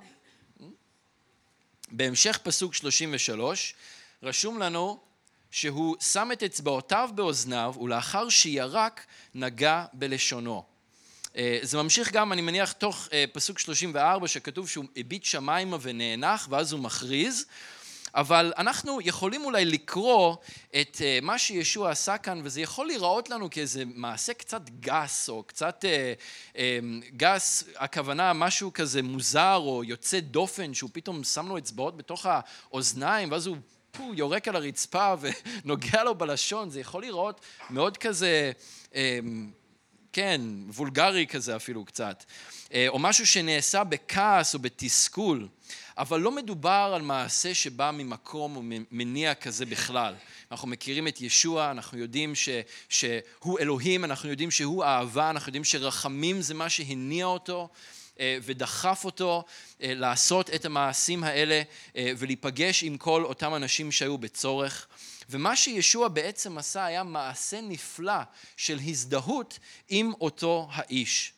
בהמשך פסוק 33, רשום לנו שהוא שם את אצבעותיו באוזניו ולאחר שירק נגע בלשונו. זה ממשיך גם, אני מניח, תוך פסוק 34 שכתוב שהוא הביט שמיימה ונאנח ואז הוא מכריז, אבל אנחנו יכולים אולי לקרוא את מה שישוע עשה כאן, וזה יכול להיראות לנו כאיזה מעשה קצת גס, או קצת גס, הכוונה משהו כזה מוזר או יוצא דופן, שהוא פתאום שם לו אצבעות בתוך האוזניים, ואז הוא יורק על הרצפה ונוגע לו בלשון. זה יכול להיראות מאוד כזה, כן, וולגרי כזה אפילו קצת, או משהו שנעשה בכעס או בתסכול. אבל לא מדובר על מעשה שבא ממקום או מניע כזה בכלל. אנחנו מכירים את ישוע, אנחנו יודעים שהוא אלוהים, אנחנו יודעים שהוא אהבה, אנחנו יודעים שרחמים זה מה שהניע אותו ודחף אותו לעשות את המעשים האלה ולהיפגש עם כל אותם אנשים שהיו בצורך. ומה שישוע בעצם עשה היה מעשה נפלא של הזדהות עם אותו האיש.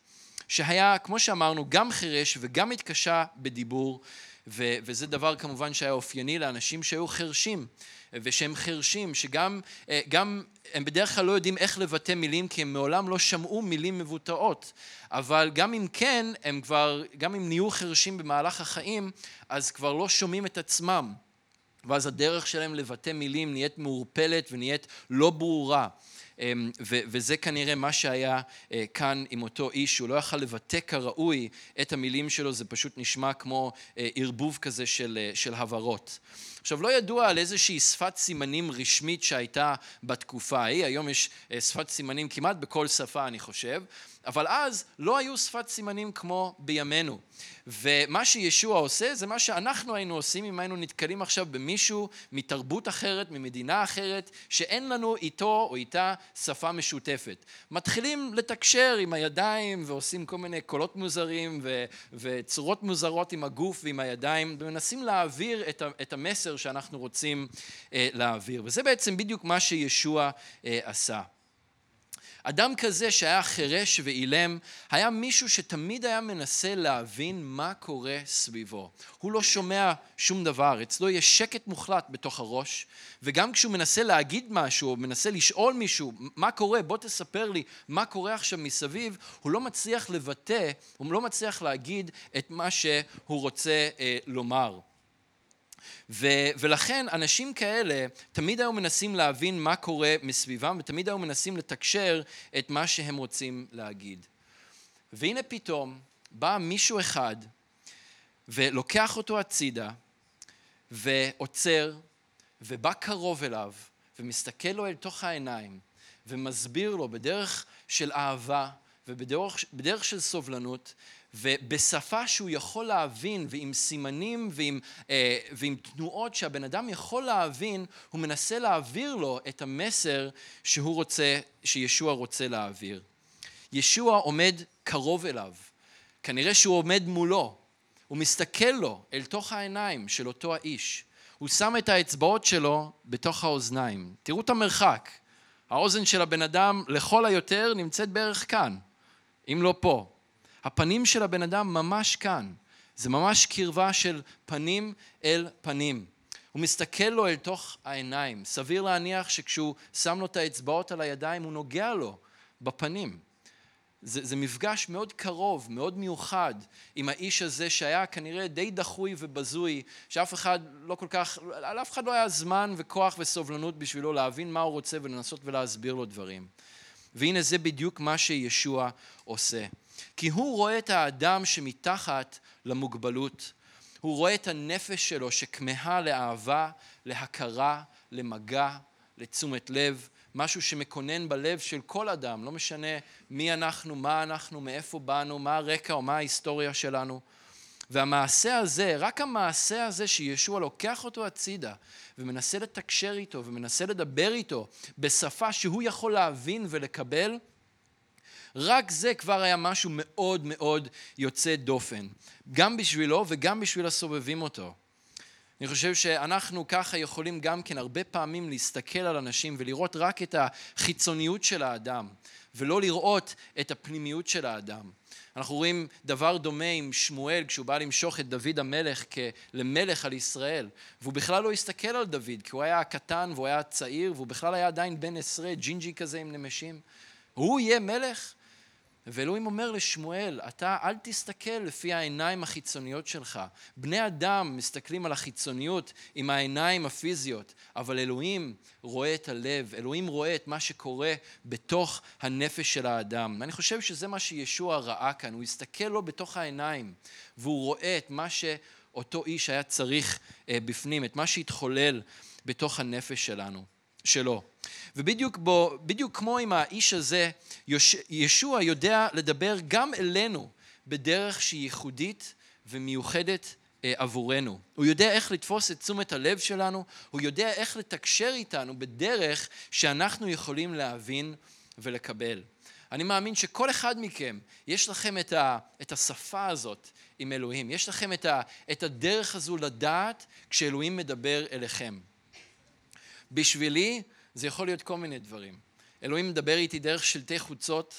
שהיה, כמו שאמרנו, גם חירש וגם מתקשה בדיבור, וזה דבר כמובן שהיה אופייני לאנשים שהיו חרשים, ושהם חרשים, שגם הם בדרך כלל לא יודעים איך לבטא מילים, כי הם מעולם לא שמעו מילים מבוטאות, אבל גם אם כן, גם אם נהיו חרשים במהלך החיים, אז כבר לא שומעים את עצמם, ואז הדרך שלהם לבטא מילים נהיית מעורפלת ונהיית לא ברורה. וזה כנראה מה שהיה כאן עם אותו איש, הוא לא יכל לבטא כראוי את המילים שלו, זה פשוט נשמע כמו ערבוב כזה של הברות. עכשיו, לא ידוע על איזושהי שפת סימנים רשמית שהייתה בתקופה ההיא, היום יש שפת סימנים כמעט בכל שפה אני חושב, אבל אז לא היו שפת סימנים כמו בימינו. ומה שישוע עושה זה מה שאנחנו היינו עושים אם היינו נתקלים עכשיו במישהו מתרבות אחרת, ממדינה אחרת, שאין לנו איתו או איתה שפה משותפת. מתחילים לתקשר עם הידיים ועושים כל מיני קולות מוזרים וצורות מוזרות עם הגוף ועם הידיים, ומנסים להעביר את המסר שאנחנו רוצים להעביר. וזה בעצם בדיוק מה שישוע עשה. אדם כזה שהיה חירש ואילם, היה מישהו שתמיד היה מנסה להבין מה קורה סביבו. הוא לא שומע שום דבר, אצלו יש שקט מוחלט בתוך הראש, וגם כשהוא מנסה להגיד משהו, או מנסה לשאול מישהו, מה קורה, בוא תספר לי מה קורה עכשיו מסביב, הוא לא מצליח לבטא, הוא לא מצליח להגיד את מה שהוא רוצה לומר. ולכן אנשים כאלה תמיד היו מנסים להבין מה קורה מסביבם, ותמיד היו מנסים לתקשר את מה שהם רוצים להגיד. והנה פתאום בא מישהו אחד ולוקח אותו הצידה ועוצר ובא קרוב אליו ומסתכל לו אל תוך העיניים ומסביר לו בדרך של אהבה ובדרך של סובלנות, ובשפה שהוא יכול להבין, ועם סימנים ועם תנועות שהבן אדם יכול להבין, הוא מנסה להעביר לו את המסר שישוע רוצה להעביר. ישוע עומד קרוב אליו, כנראה שהוא עומד מולו, הוא מסתכל לו אל תוך העיניים של אותו האיש, הוא שם את האצבעות שלו בתוך האוזניים. תראו את המרחק, האוזן של הבן אדם לכל היותר נמצאת בערך כאן, אם לא פה. הפנים של הבן אדם ממש כאן, זה ממש קרבה של פנים אל פנים. הוא מסתכל לו אל תוך העיניים, סביר להניח שכשהוא שם לו את האצבעות על הידיים הוא נוגע לו בפנים. זה מפגש מאוד קרוב, מאוד מיוחד עם האיש הזה שהיה כנראה די דחוי ובזוי, שאף אחד לא כל כך, לאף אחד לא היה זמן וכוח וסובלנות בשבילו להבין מה הוא רוצה ולנסות ולהסביר לו דברים. והנה זה בדיוק מה שישוע עושה. כי הוא רואה את האדם שמתחת למוגבלות, הוא רואה את הנפש שלו שכמהה לאהבה, להכרה, למגע, לתשומת לב, משהו שמקונן בלב של כל אדם, לא משנה מי אנחנו, מה אנחנו, מאיפה באנו, מה הרקע או מה ההיסטוריה שלנו. והמעשה הזה, רק המעשה הזה שישוע לוקח אותו הצידה ומנסה לתקשר איתו ומנסה לדבר איתו בשפה שהוא יכול להבין ולקבל, רק זה כבר היה משהו מאוד מאוד יוצא דופן, גם בשבילו וגם בשביל הסובבים אותו. אני חושב שאנחנו ככה יכולים גם כן הרבה פעמים להסתכל על אנשים ולראות רק את החיצוניות של האדם, ולא לראות את הפנימיות של האדם. אנחנו רואים דבר דומה עם שמואל כשהוא בא למשוך את דוד המלך למלך על ישראל, והוא בכלל לא הסתכל על דוד, כי הוא היה קטן והוא היה צעיר, והוא בכלל היה עדיין בן 10, ג'ינג'י כזה עם נמשים. הוא יהיה מלך? ואלוהים אומר לשמואל, אתה אל תסתכל לפי העיניים החיצוניות שלך. בני אדם מסתכלים על החיצוניות עם העיניים הפיזיות, אבל אלוהים רואה את הלב, אלוהים רואה את מה שקורה בתוך הנפש של האדם. ואני חושב שזה מה שישוע ראה כאן, הוא הסתכל לו בתוך העיניים, והוא רואה את מה שאותו איש היה צריך בפנים, את מה שהתחולל בתוך הנפש שלו. ובדיוק כמו עם האיש הזה, ישוע יודע לדבר גם אלינו בדרך שהיא ייחודית ומיוחדת עבורנו. הוא יודע איך לתפוס את תשומת הלב שלנו, הוא יודע איך לתקשר איתנו בדרך שאנחנו יכולים להבין ולקבל. אני מאמין שכל אחד מכם, יש לכם את השפה הזאת עם אלוהים, יש לכם את הדרך הזו לדעת כשאלוהים מדבר אליכם. בשבילי, זה יכול להיות כל מיני דברים. אלוהים מדבר איתי דרך שלטי חוצות,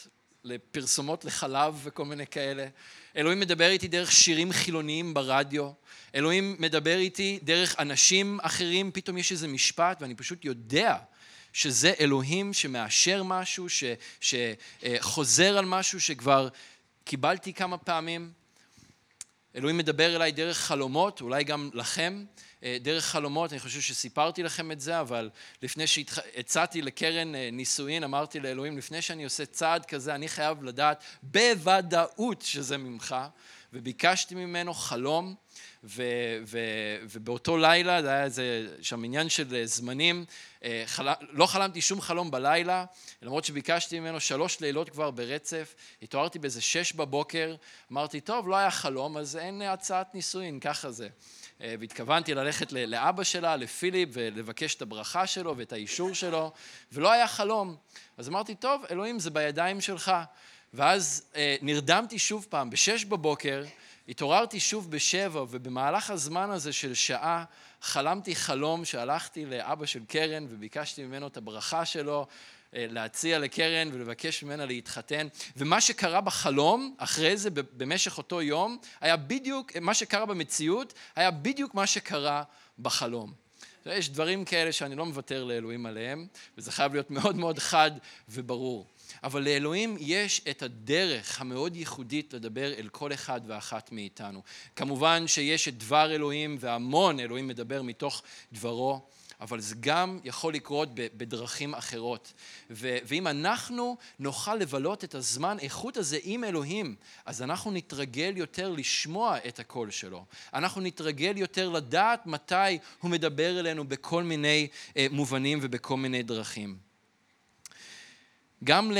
לפרסומות לחלב וכל מיני כאלה. אלוהים מדבר איתי דרך שירים חילוניים ברדיו. אלוהים מדבר איתי דרך אנשים אחרים, פתאום יש איזה משפט ואני פשוט יודע שזה אלוהים שמאשר משהו, שחוזר על משהו שכבר קיבלתי כמה פעמים. אלוהים מדבר אליי דרך חלומות, אולי גם לכם, דרך חלומות. אני חושב שסיפרתי לכם את זה, אבל לפני שהצעתי לקרן נישואין, אמרתי לאלוהים, לפני שאני עושה צעד כזה, אני חייב לדעת בוודאות שזה ממך, וביקשתי ממנו חלום, ובאותו לילה, זה היה שם עניין של זמנים, לא חלמתי שום חלום בלילה, למרות שביקשתי ממנו 3 לילות כבר ברצף, התעוררתי באיזה 6 בבוקר, אמרתי, טוב, לא היה חלום, אז אין הצעת נישואין, ככה זה. והתכוונתי ללכת לאבא שלה, לפיליפ, ולבקש את הברכה שלו ואת האישור שלו, ולא היה חלום. אז אמרתי, טוב, אלוהים, זה בידיים שלך. ואז נרדמתי שוב פעם, ב6 בבוקר, התעוררתי שוב ב7, ובמהלך הזמן הזה של שעה, חלמתי חלום שהלכתי לאבא של קרן, וביקשתי ממנו את הברכה שלו, להציע לקרן ולבקש ממנה להתחתן. ומה שקרה בחלום, אחרי זה, במשך אותו יום, היה בדיוק, מה שקרה במציאות, היה בדיוק מה שקרה בחלום. יש דברים כאלה שאני לא מוותר לאלוהים עליהם, וזה חייב להיות מאוד מאוד חד וברור. אבל לאלוהים יש את הדרך המאוד ייחודית לדבר אל כל אחד ואחת מאיתנו. כמובן שיש את דבר אלוהים, והמון אלוהים מדבר מתוך דברו, אבל זה גם יכול לקרות בדרכים אחרות. ואם אנחנו נוכל לבלות את הזמן איכות הזה עם אלוהים, אז אנחנו נתרגל יותר לשמוע את הקול שלו. אנחנו נתרגל יותר לדעת מתי הוא מדבר אלינו בכל מיני מובנים ובכל מיני דרכים. גם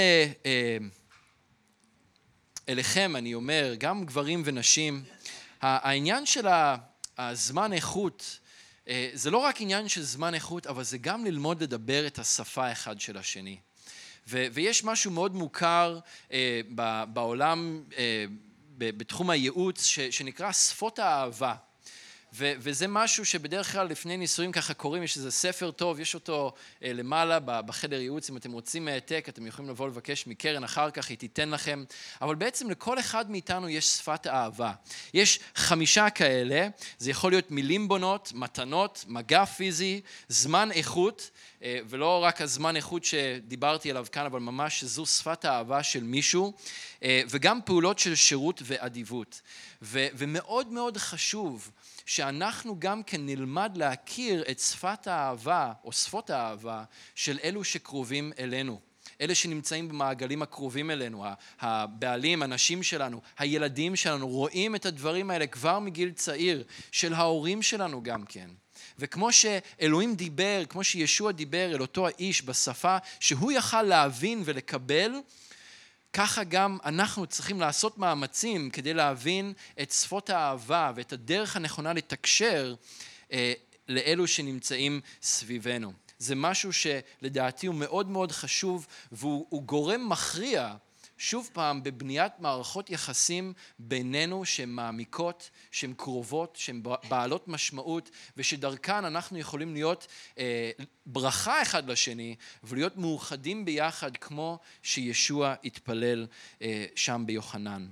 אליכם אני אומר, גם גברים ונשים, העניין של הזמן איכות, זה לא רק עניין של זמן איכות, אבל זה גם ללמוד לדבר את השפה אחד של השני. ויש משהו מאוד מוכר בעולם, בתחום הייעוץ, שנקרא שפות האהבה. וזה משהו שבדרך כלל לפני נישואים ככה קוראים, יש איזה ספר טוב, יש אותו למעלה בחדר ייעוץ, אם אתם רוצים העתק, אתם יכולים לבוא לבקש מקרן אחר כך, היא תיתן לכם, אבל בעצם לכל אחד מאיתנו יש שפת האהבה. יש 5 כאלה, זה יכול להיות מילים בונות, מתנות, מגע פיזי, זמן איכות, ולא רק הזמן איכות שדיברתי עליו כאן, אבל ממש זו שפת האהבה של מישהו, וגם פעולות של שירות ואדיבות. ומאוד מאוד חשוב שאנחנו גם כן נלמד להכיר את שפת האהבה או שפות האהבה של אלו שקרובים אלינו. אלה שנמצאים במעגלים הקרובים אלינו, הבעלים, הנשים שלנו, הילדים שלנו, רואים את הדברים האלה כבר מגיל צעיר, של ההורים שלנו גם כן. וכמו שאלוהים דיבר, כמו שישוע דיבר אל אותו האיש בשפה שהוא יכל להבין ולקבל, ככה גם אנחנו צריכים לעשות מאמצים כדי להבין את שפות האהבה ואת הדרך הנכונה לתקשר לאלו שנמצאים סביבנו. זה משהו שלדעתי הוא מאוד מאוד חשוב, והוא גורם מכריע, שוב פעם, בבניית מערכות יחסים בינינו שהן מעמיקות, שהן קרובות, שהן בעלות משמעות, ושדרכן אנחנו יכולים להיות ברכה אחד לשני, ולהיות מאוחדים ביחד כמו שישוע התפלל שם ביוחנן.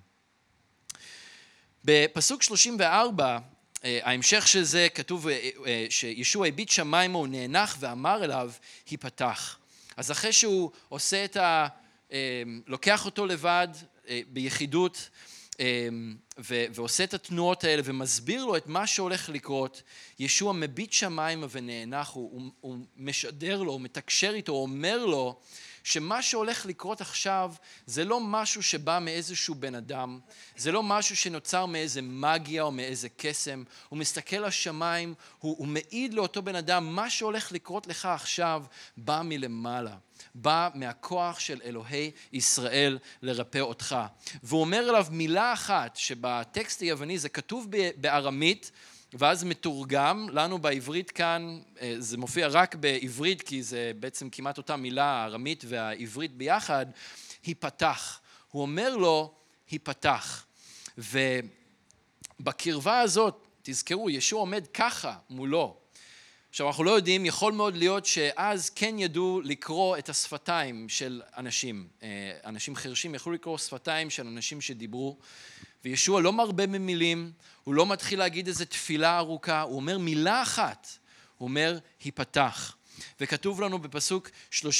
בפסוק 34, ההמשך של זה כתוב שישוע הביט שמיימה, הוא נאנח ואמר אליו, היפתח. אז אחרי שהוא עושה לוקח אותו לבד ביחידות ועושה את התנועות האלה ומסביר לו את מה שהולך לקרות, ישוע מביט שמיימה ונאנח, הוא משדר לו, הוא מתקשר איתו, הוא אומר לו שמה שהולך לקרות עכשיו זה לא משהו שבא מאיזשהו בן אדם, זה לא משהו שנוצר מאיזה מגיה או מאיזה קסם, הוא מסתכל לשמיים, הוא מעיד לאותו בן אדם, מה שהולך לקרות לך עכשיו בא מלמעלה. בא מהכוח של אלוהי ישראל לרפא אותך. והוא אומר אליו מילה אחת, שבטקסט היווני זה כתוב בארמית, ואז מתורגם לנו בעברית כאן, זה מופיע רק בעברית, כי זה בעצם כמעט אותה מילה, הארמית והעברית ביחד, היפתח. הוא אומר לו, היפתח. ובקרבה הזאת, תזכרו, ישוע עומד ככה מולו, עכשיו אנחנו לא יודעים, יכול מאוד להיות שאז כן ידעו לקרוא את השפתיים של אנשים. אנשים חרשים יכלו לקרוא שפתיים של אנשים שדיברו, וישוע לא מרבה במילים, הוא לא מתחיל להגיד איזו תפילה ארוכה, הוא אומר מילה אחת, הוא אומר היפתח. וכתוב לנו בפסוק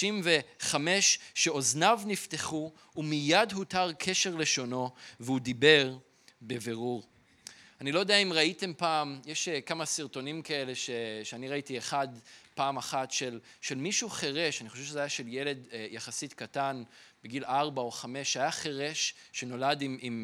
35 שאוזניו נפתחו ומיד הותר קשר לשונו והוא דיבר בבירור. אני לא יודע אם ראיתם פעם, יש כמה סרטונים כאלה שאני ראיתי פעם אחת של מישהו חירש, אני חושב שזה היה של ילד יחסית קטן בגיל 4 או 5, שהיה חירש שנולד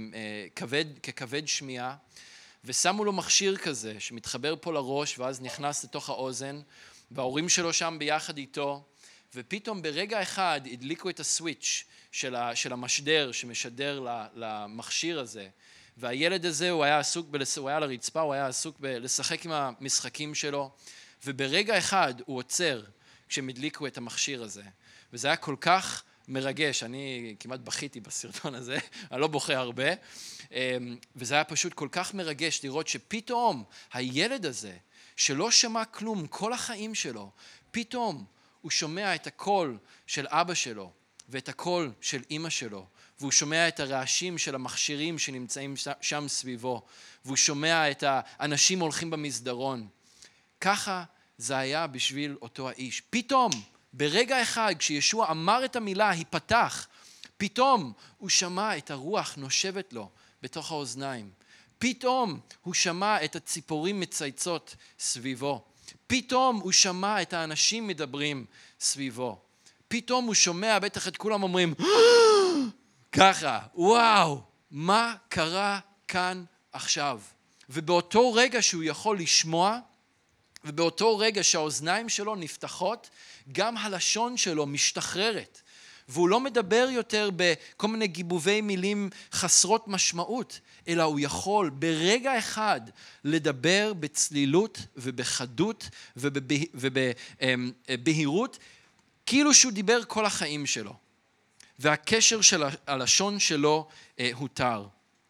ככבד שמיעה, ושמו לו מכשיר כזה שמתחבר פה לראש ואז נכנס לתוך האוזן, וההורים שלו שם ביחד איתו, ופתאום ברגע אחד הדליקו את הסוויץ' של המשדר שמשדר למכשיר הזה, והילד הזה הוא היה על הרצפה, הוא היה עסוק לשחק עם המשחקים שלו, וברגע אחד הוא עוצר כשהם הדליקו את המכשיר הזה, וזה היה כל כך מרגש, אני כמעט בכיתי בסרטון הזה, אני לא בוכה הרבה, וזה היה פשוט כל כך מרגש לראות שפתאום הילד הזה, שלא שמע כלום כל החיים שלו, פתאום הוא שומע את הקול של אבא שלו, ואת הקול של אמא שלו, והוא שומע את הרעשים של המכשירים שנמצאים שם סביבו, והוא שומע את האנשים הולכים במסדרון. ככה זה היה בשביל אותו האיש. פתאום, ברגע אחד, כשישוע אמר את המילה, היפתח, פתאום הוא שמע את הרוח נושבת לו בתוך האוזניים. פתאום הוא שמע את הציפורים מצייצות סביבו. פתאום הוא שמע את האנשים מדברים סביבו. פתאום הוא שומע, בטח את כולם אומרים, ככה, וואו, מה קרה כאן עכשיו? ובאותו רגע שהוא יכול לשמוע, ובאותו רגע שהאוזניים שלו נפתחות, גם הלשון שלו משתחררת. והוא לא מדבר יותר בכל מיני גיבובי מילים חסרות משמעות, אלא הוא יכול ברגע אחד לדבר בצלילות ובחדות ובבהירות, כאילו שהוא דיבר כל החיים שלו. והקשר של הלשון שלו הותר.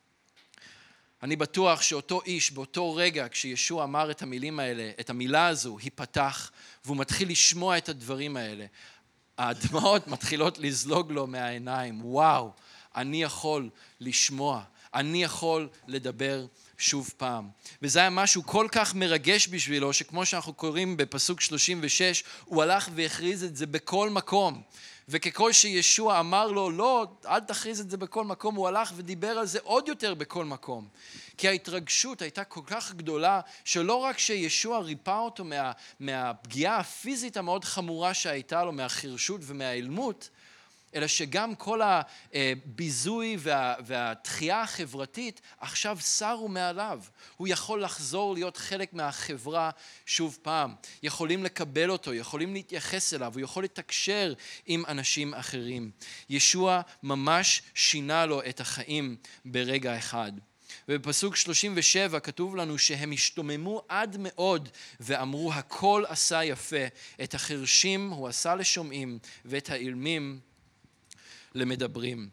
אני בטוח שאותו איש באותו רגע כשישוע אמר את המילים האלה, את המילה הזו, היפתח, והוא מתחיל לשמוע את הדברים האלה. הדמעות מתחילות לזלוג לו מהעיניים. וואו, אני יכול לשמוע, אני יכול לדבר שוב פעם. וזה היה משהו כל כך מרגש בשבילו, שכמו שאנחנו קוראים בפסוק 36, הוא הלך והכריז את זה בכל מקום. וככל שישוע אמר לו, לא, אל תכריז את זה בכל מקום, הוא הלך ודיבר על זה עוד יותר בכל מקום. כי ההתרגשות הייתה כל כך גדולה, שלא רק שישוע ריפא אותו מהפגיעה הפיזית המאוד חמורה שהייתה לו, מהחירשות ומהאילמות, אלא שגם כל הביזוי והתחייה החברתית עכשיו סרו מעליו. הוא יכול לחזור להיות חלק מהחברה שוב פעם. יכולים לקבל אותו, יכולים להתייחס אליו, הוא יכול לתקשר עם אנשים אחרים. ישוע ממש שינה לו את החיים ברגע אחד. ובפסוק 37 כתוב לנו שהם השתוממו עד מאוד ואמרו הכל עשה יפה. את החרשים הוא עשה לשומעים ואת האילמים למדברים.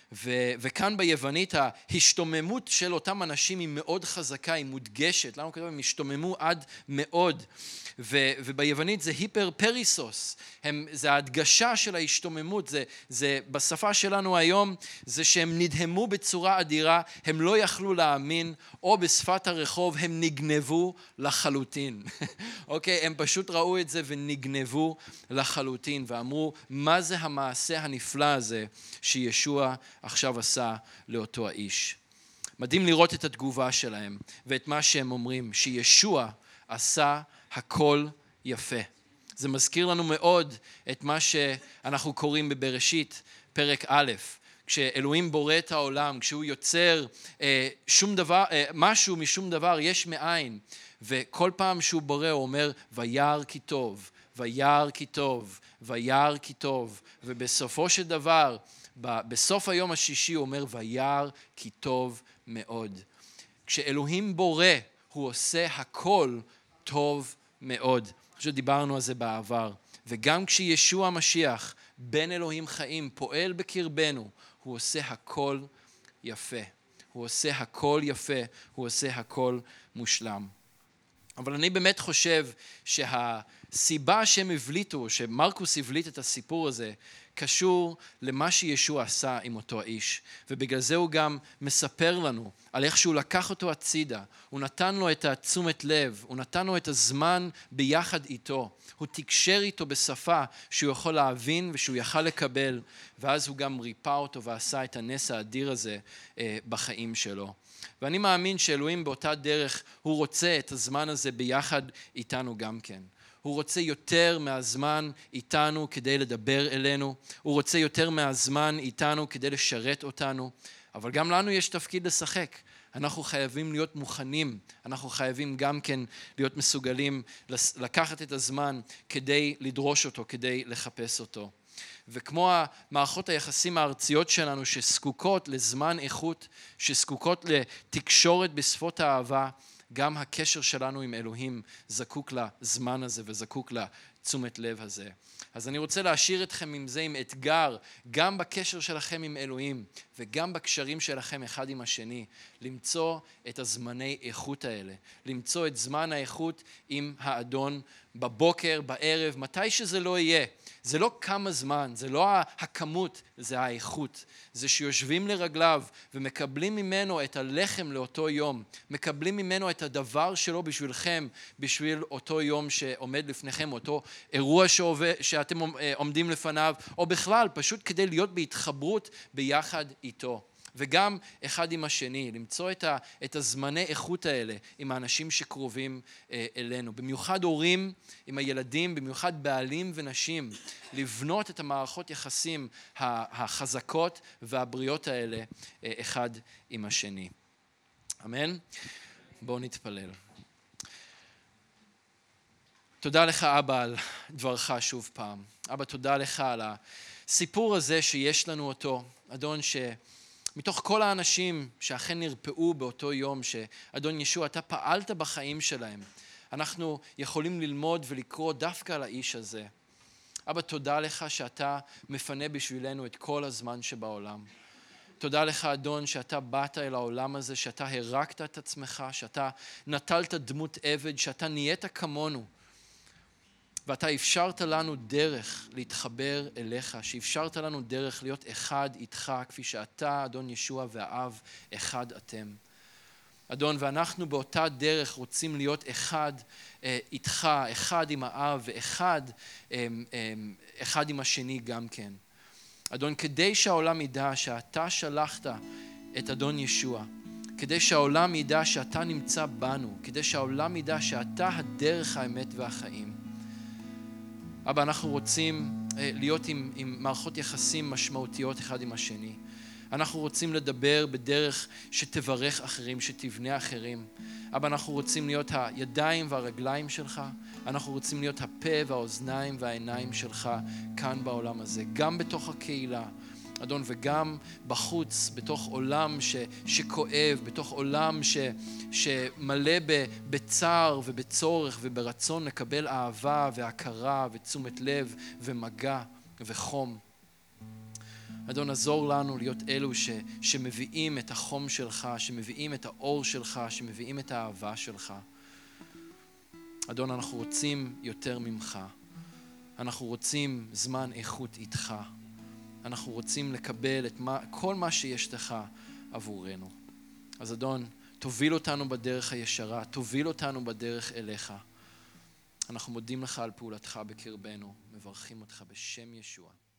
וכאן ביוונית ההשתוממות של אותם אנשים היא מאוד חזקה, היא מודגשת. למה כתוב? הם השתוממו עד מאוד. וביוונית זה היפר פריסוס. זה ההדגשה של ההשתוממות. זה בשפה שלנו היום, זה שהם נדהמו בצורה אדירה, הם לא יכלו להאמין, או בשפת הרחוב הם נגנבו לחלוטין. אוקיי, הם פשוט ראו את זה ונגנבו לחלוטין, ואמרו, מה זה המעשה הנפלא הזה שישוע עכשיו עשה לאותו האיש. מדהים לראות את התגובה שלהם, ואת מה שהם אומרים, שישוע עשה הכל יפה. זה מזכיר לנו מאוד את מה שאנחנו קוראים בבראשית, פרק א', כשאלוהים בורא את העולם, כשהוא יוצר שום דבר, משהו משום דבר, יש מאין, וכל פעם שהוא בורא הוא אומר, וירא כי טוב, וירא כי טוב, וירא כי טוב, ובסופו של דבר, בסוף היום השישי הוא אומר, וירא כי טוב מאוד. כשאלוהים בורא, הוא עושה הכל טוב מאוד. פשוט דיברנו על זה בעבר. וגם כשישוע המשיח, בן אלוהים חיים, פועל בקרבנו, הוא עושה הכל יפה. הוא עושה הכל יפה, הוא עושה הכל מושלם. אבל אני באמת חושב שהסיבה שהם הבליטו, שמרקוס הבליט את הסיפור הזה, קשור למה שישוע עשה עם אותו האיש. ובגלל זה הוא גם מספר לנו על איך שהוא לקח אותו הצידה. הוא נתן לו את התשומת לב, הוא נתן לו את הזמן ביחד איתו. הוא תקשר איתו בשפה שהוא יכול להבין ושהוא יכל לקבל, ואז הוא גם ריפא אותו ועשה את הנס האדיר הזה בחיים שלו. ואני מאמין שאלוהים באותה דרך, הוא רוצה את הזמן הזה ביחד איתנו גם כן. הוא רוצה יותר מהזמן איתנו כדי לדבר אלינו, הוא רוצה יותר מהזמן איתנו כדי לשרת אותנו, אבל גם לנו יש תפקיד לשחק. אנחנו חייבים להיות מוכנים, אנחנו חייבים גם כן להיות מסוגלים לקחת את הזמן כדי לדרוש אותו, כדי לחפש אותו. וכמו המערכות היחסים הארציות שלנו שזקוקות לזמן איכות, שזקוקות לתקשורת בשפות האהבה, גם הקשר שלנו עם אלוהים זקוק לזמן הזה וזקוק לתשומת לב הזה. אז אני רוצה להשאיר אתכם עם זה, עם אתגר, גם בקשר שלכם עם אלוהים וגם בקשרים שלכם אחד עם השני, למצוא את הזמני איכות האלה, למצוא את זמן האיכות עם האדון בבוקר, בערב, מתי שזה לא יהיה. זה לא כמה זמן, זה לא הכמות, זה האיכות. זה שיושבים לרגליו ומקבלים ממנו את הלחם לאותו יום, מקבלים ממנו את הדבר שלו בשבילכם, בשביל אותו יום שעומד לפניכם, אותו אירוע שאתם עומדים לפניו, או בכלל, פשוט כדי להיות בהתחברות ביחד איתו. וגם אחד עם השני, למצוא את הזמני איכות האלה עם האנשים שקרובים אלינו. במיוחד הורים עם הילדים, במיוחד בעלים ונשים, לבנות את המערכות יחסים החזקות והבריאות האלה אחד עם השני. אמן? בואו נתפלל. תודה לך אבא על דברך שוב פעם. אבא, תודה לך על הסיפור הזה שיש לנו אותו. אדון, מתוך כל האנשים שאכן נרפאו באותו יום, שאדון ישוע, אתה פעלת בחיים שלהם, אנחנו יכולים ללמוד ולקרוא דווקא על האיש הזה. אבא, תודה לך שאתה מפנה בשבילנו את כל הזמן שבעולם. תודה לך, אדון, שאתה באת אל העולם הזה, שאתה הרקת את עצמך, שאתה נטלת דמות עבד, שאתה נהיית כמונו. ואתה אפשרת לנו דרך להתחבר אליך, שאפשרת לנו דרך להיות אחד איתך, כפי שאתה, אדון ישוע והאב, אחד אתם. אדון, ואנחנו באותה דרך רוצים להיות אחד איתך, אחד עם האב ואחד אחד עם השני גם כן. אדון, כדי שהעולם ידע שאתה שלחת את אדון ישוע, כדי שהעולם ידע שאתה נמצא בנו, כדי שהעולם ידע שאתה הדרך, האמת והחיים. אבא, אנחנו רוצים להיות עם מערכות יחסים משמעותיות אחד עם השני. אנחנו רוצים לדבר בדרך שתברך אחרים, שתבנה אחרים. אבא, אנחנו רוצים להיות הידיים והרגליים שלך. אנחנו רוצים להיות הפה והאוזניים והעיניים שלך כאן בעולם הזה, גם בתוך הקהילה, אדון, וגם בחוץ, בתוך עולם שכואב, בתוך עולם שמלא בצער ובצורך וברצון לקבל אהבה והכרה ותשומת לב ומגע וחום. אדון, עזור לנו להיות אלו שמביאים את החום שלך, שמביאים את האור שלך, שמביאים את האהבה שלך. אדון, אנחנו רוצים יותר ממך. אנחנו רוצים זמן איכות איתך. אנחנו רוצים לקבל את כל מה שיש לך עבורנו. אז אדון, תוביל אותנו בדרך הישרה, תוביל אותנו בדרך אליך. אנחנו מודים לך על פעולתך בקרבנו, מברכים אותך בשם ישוע.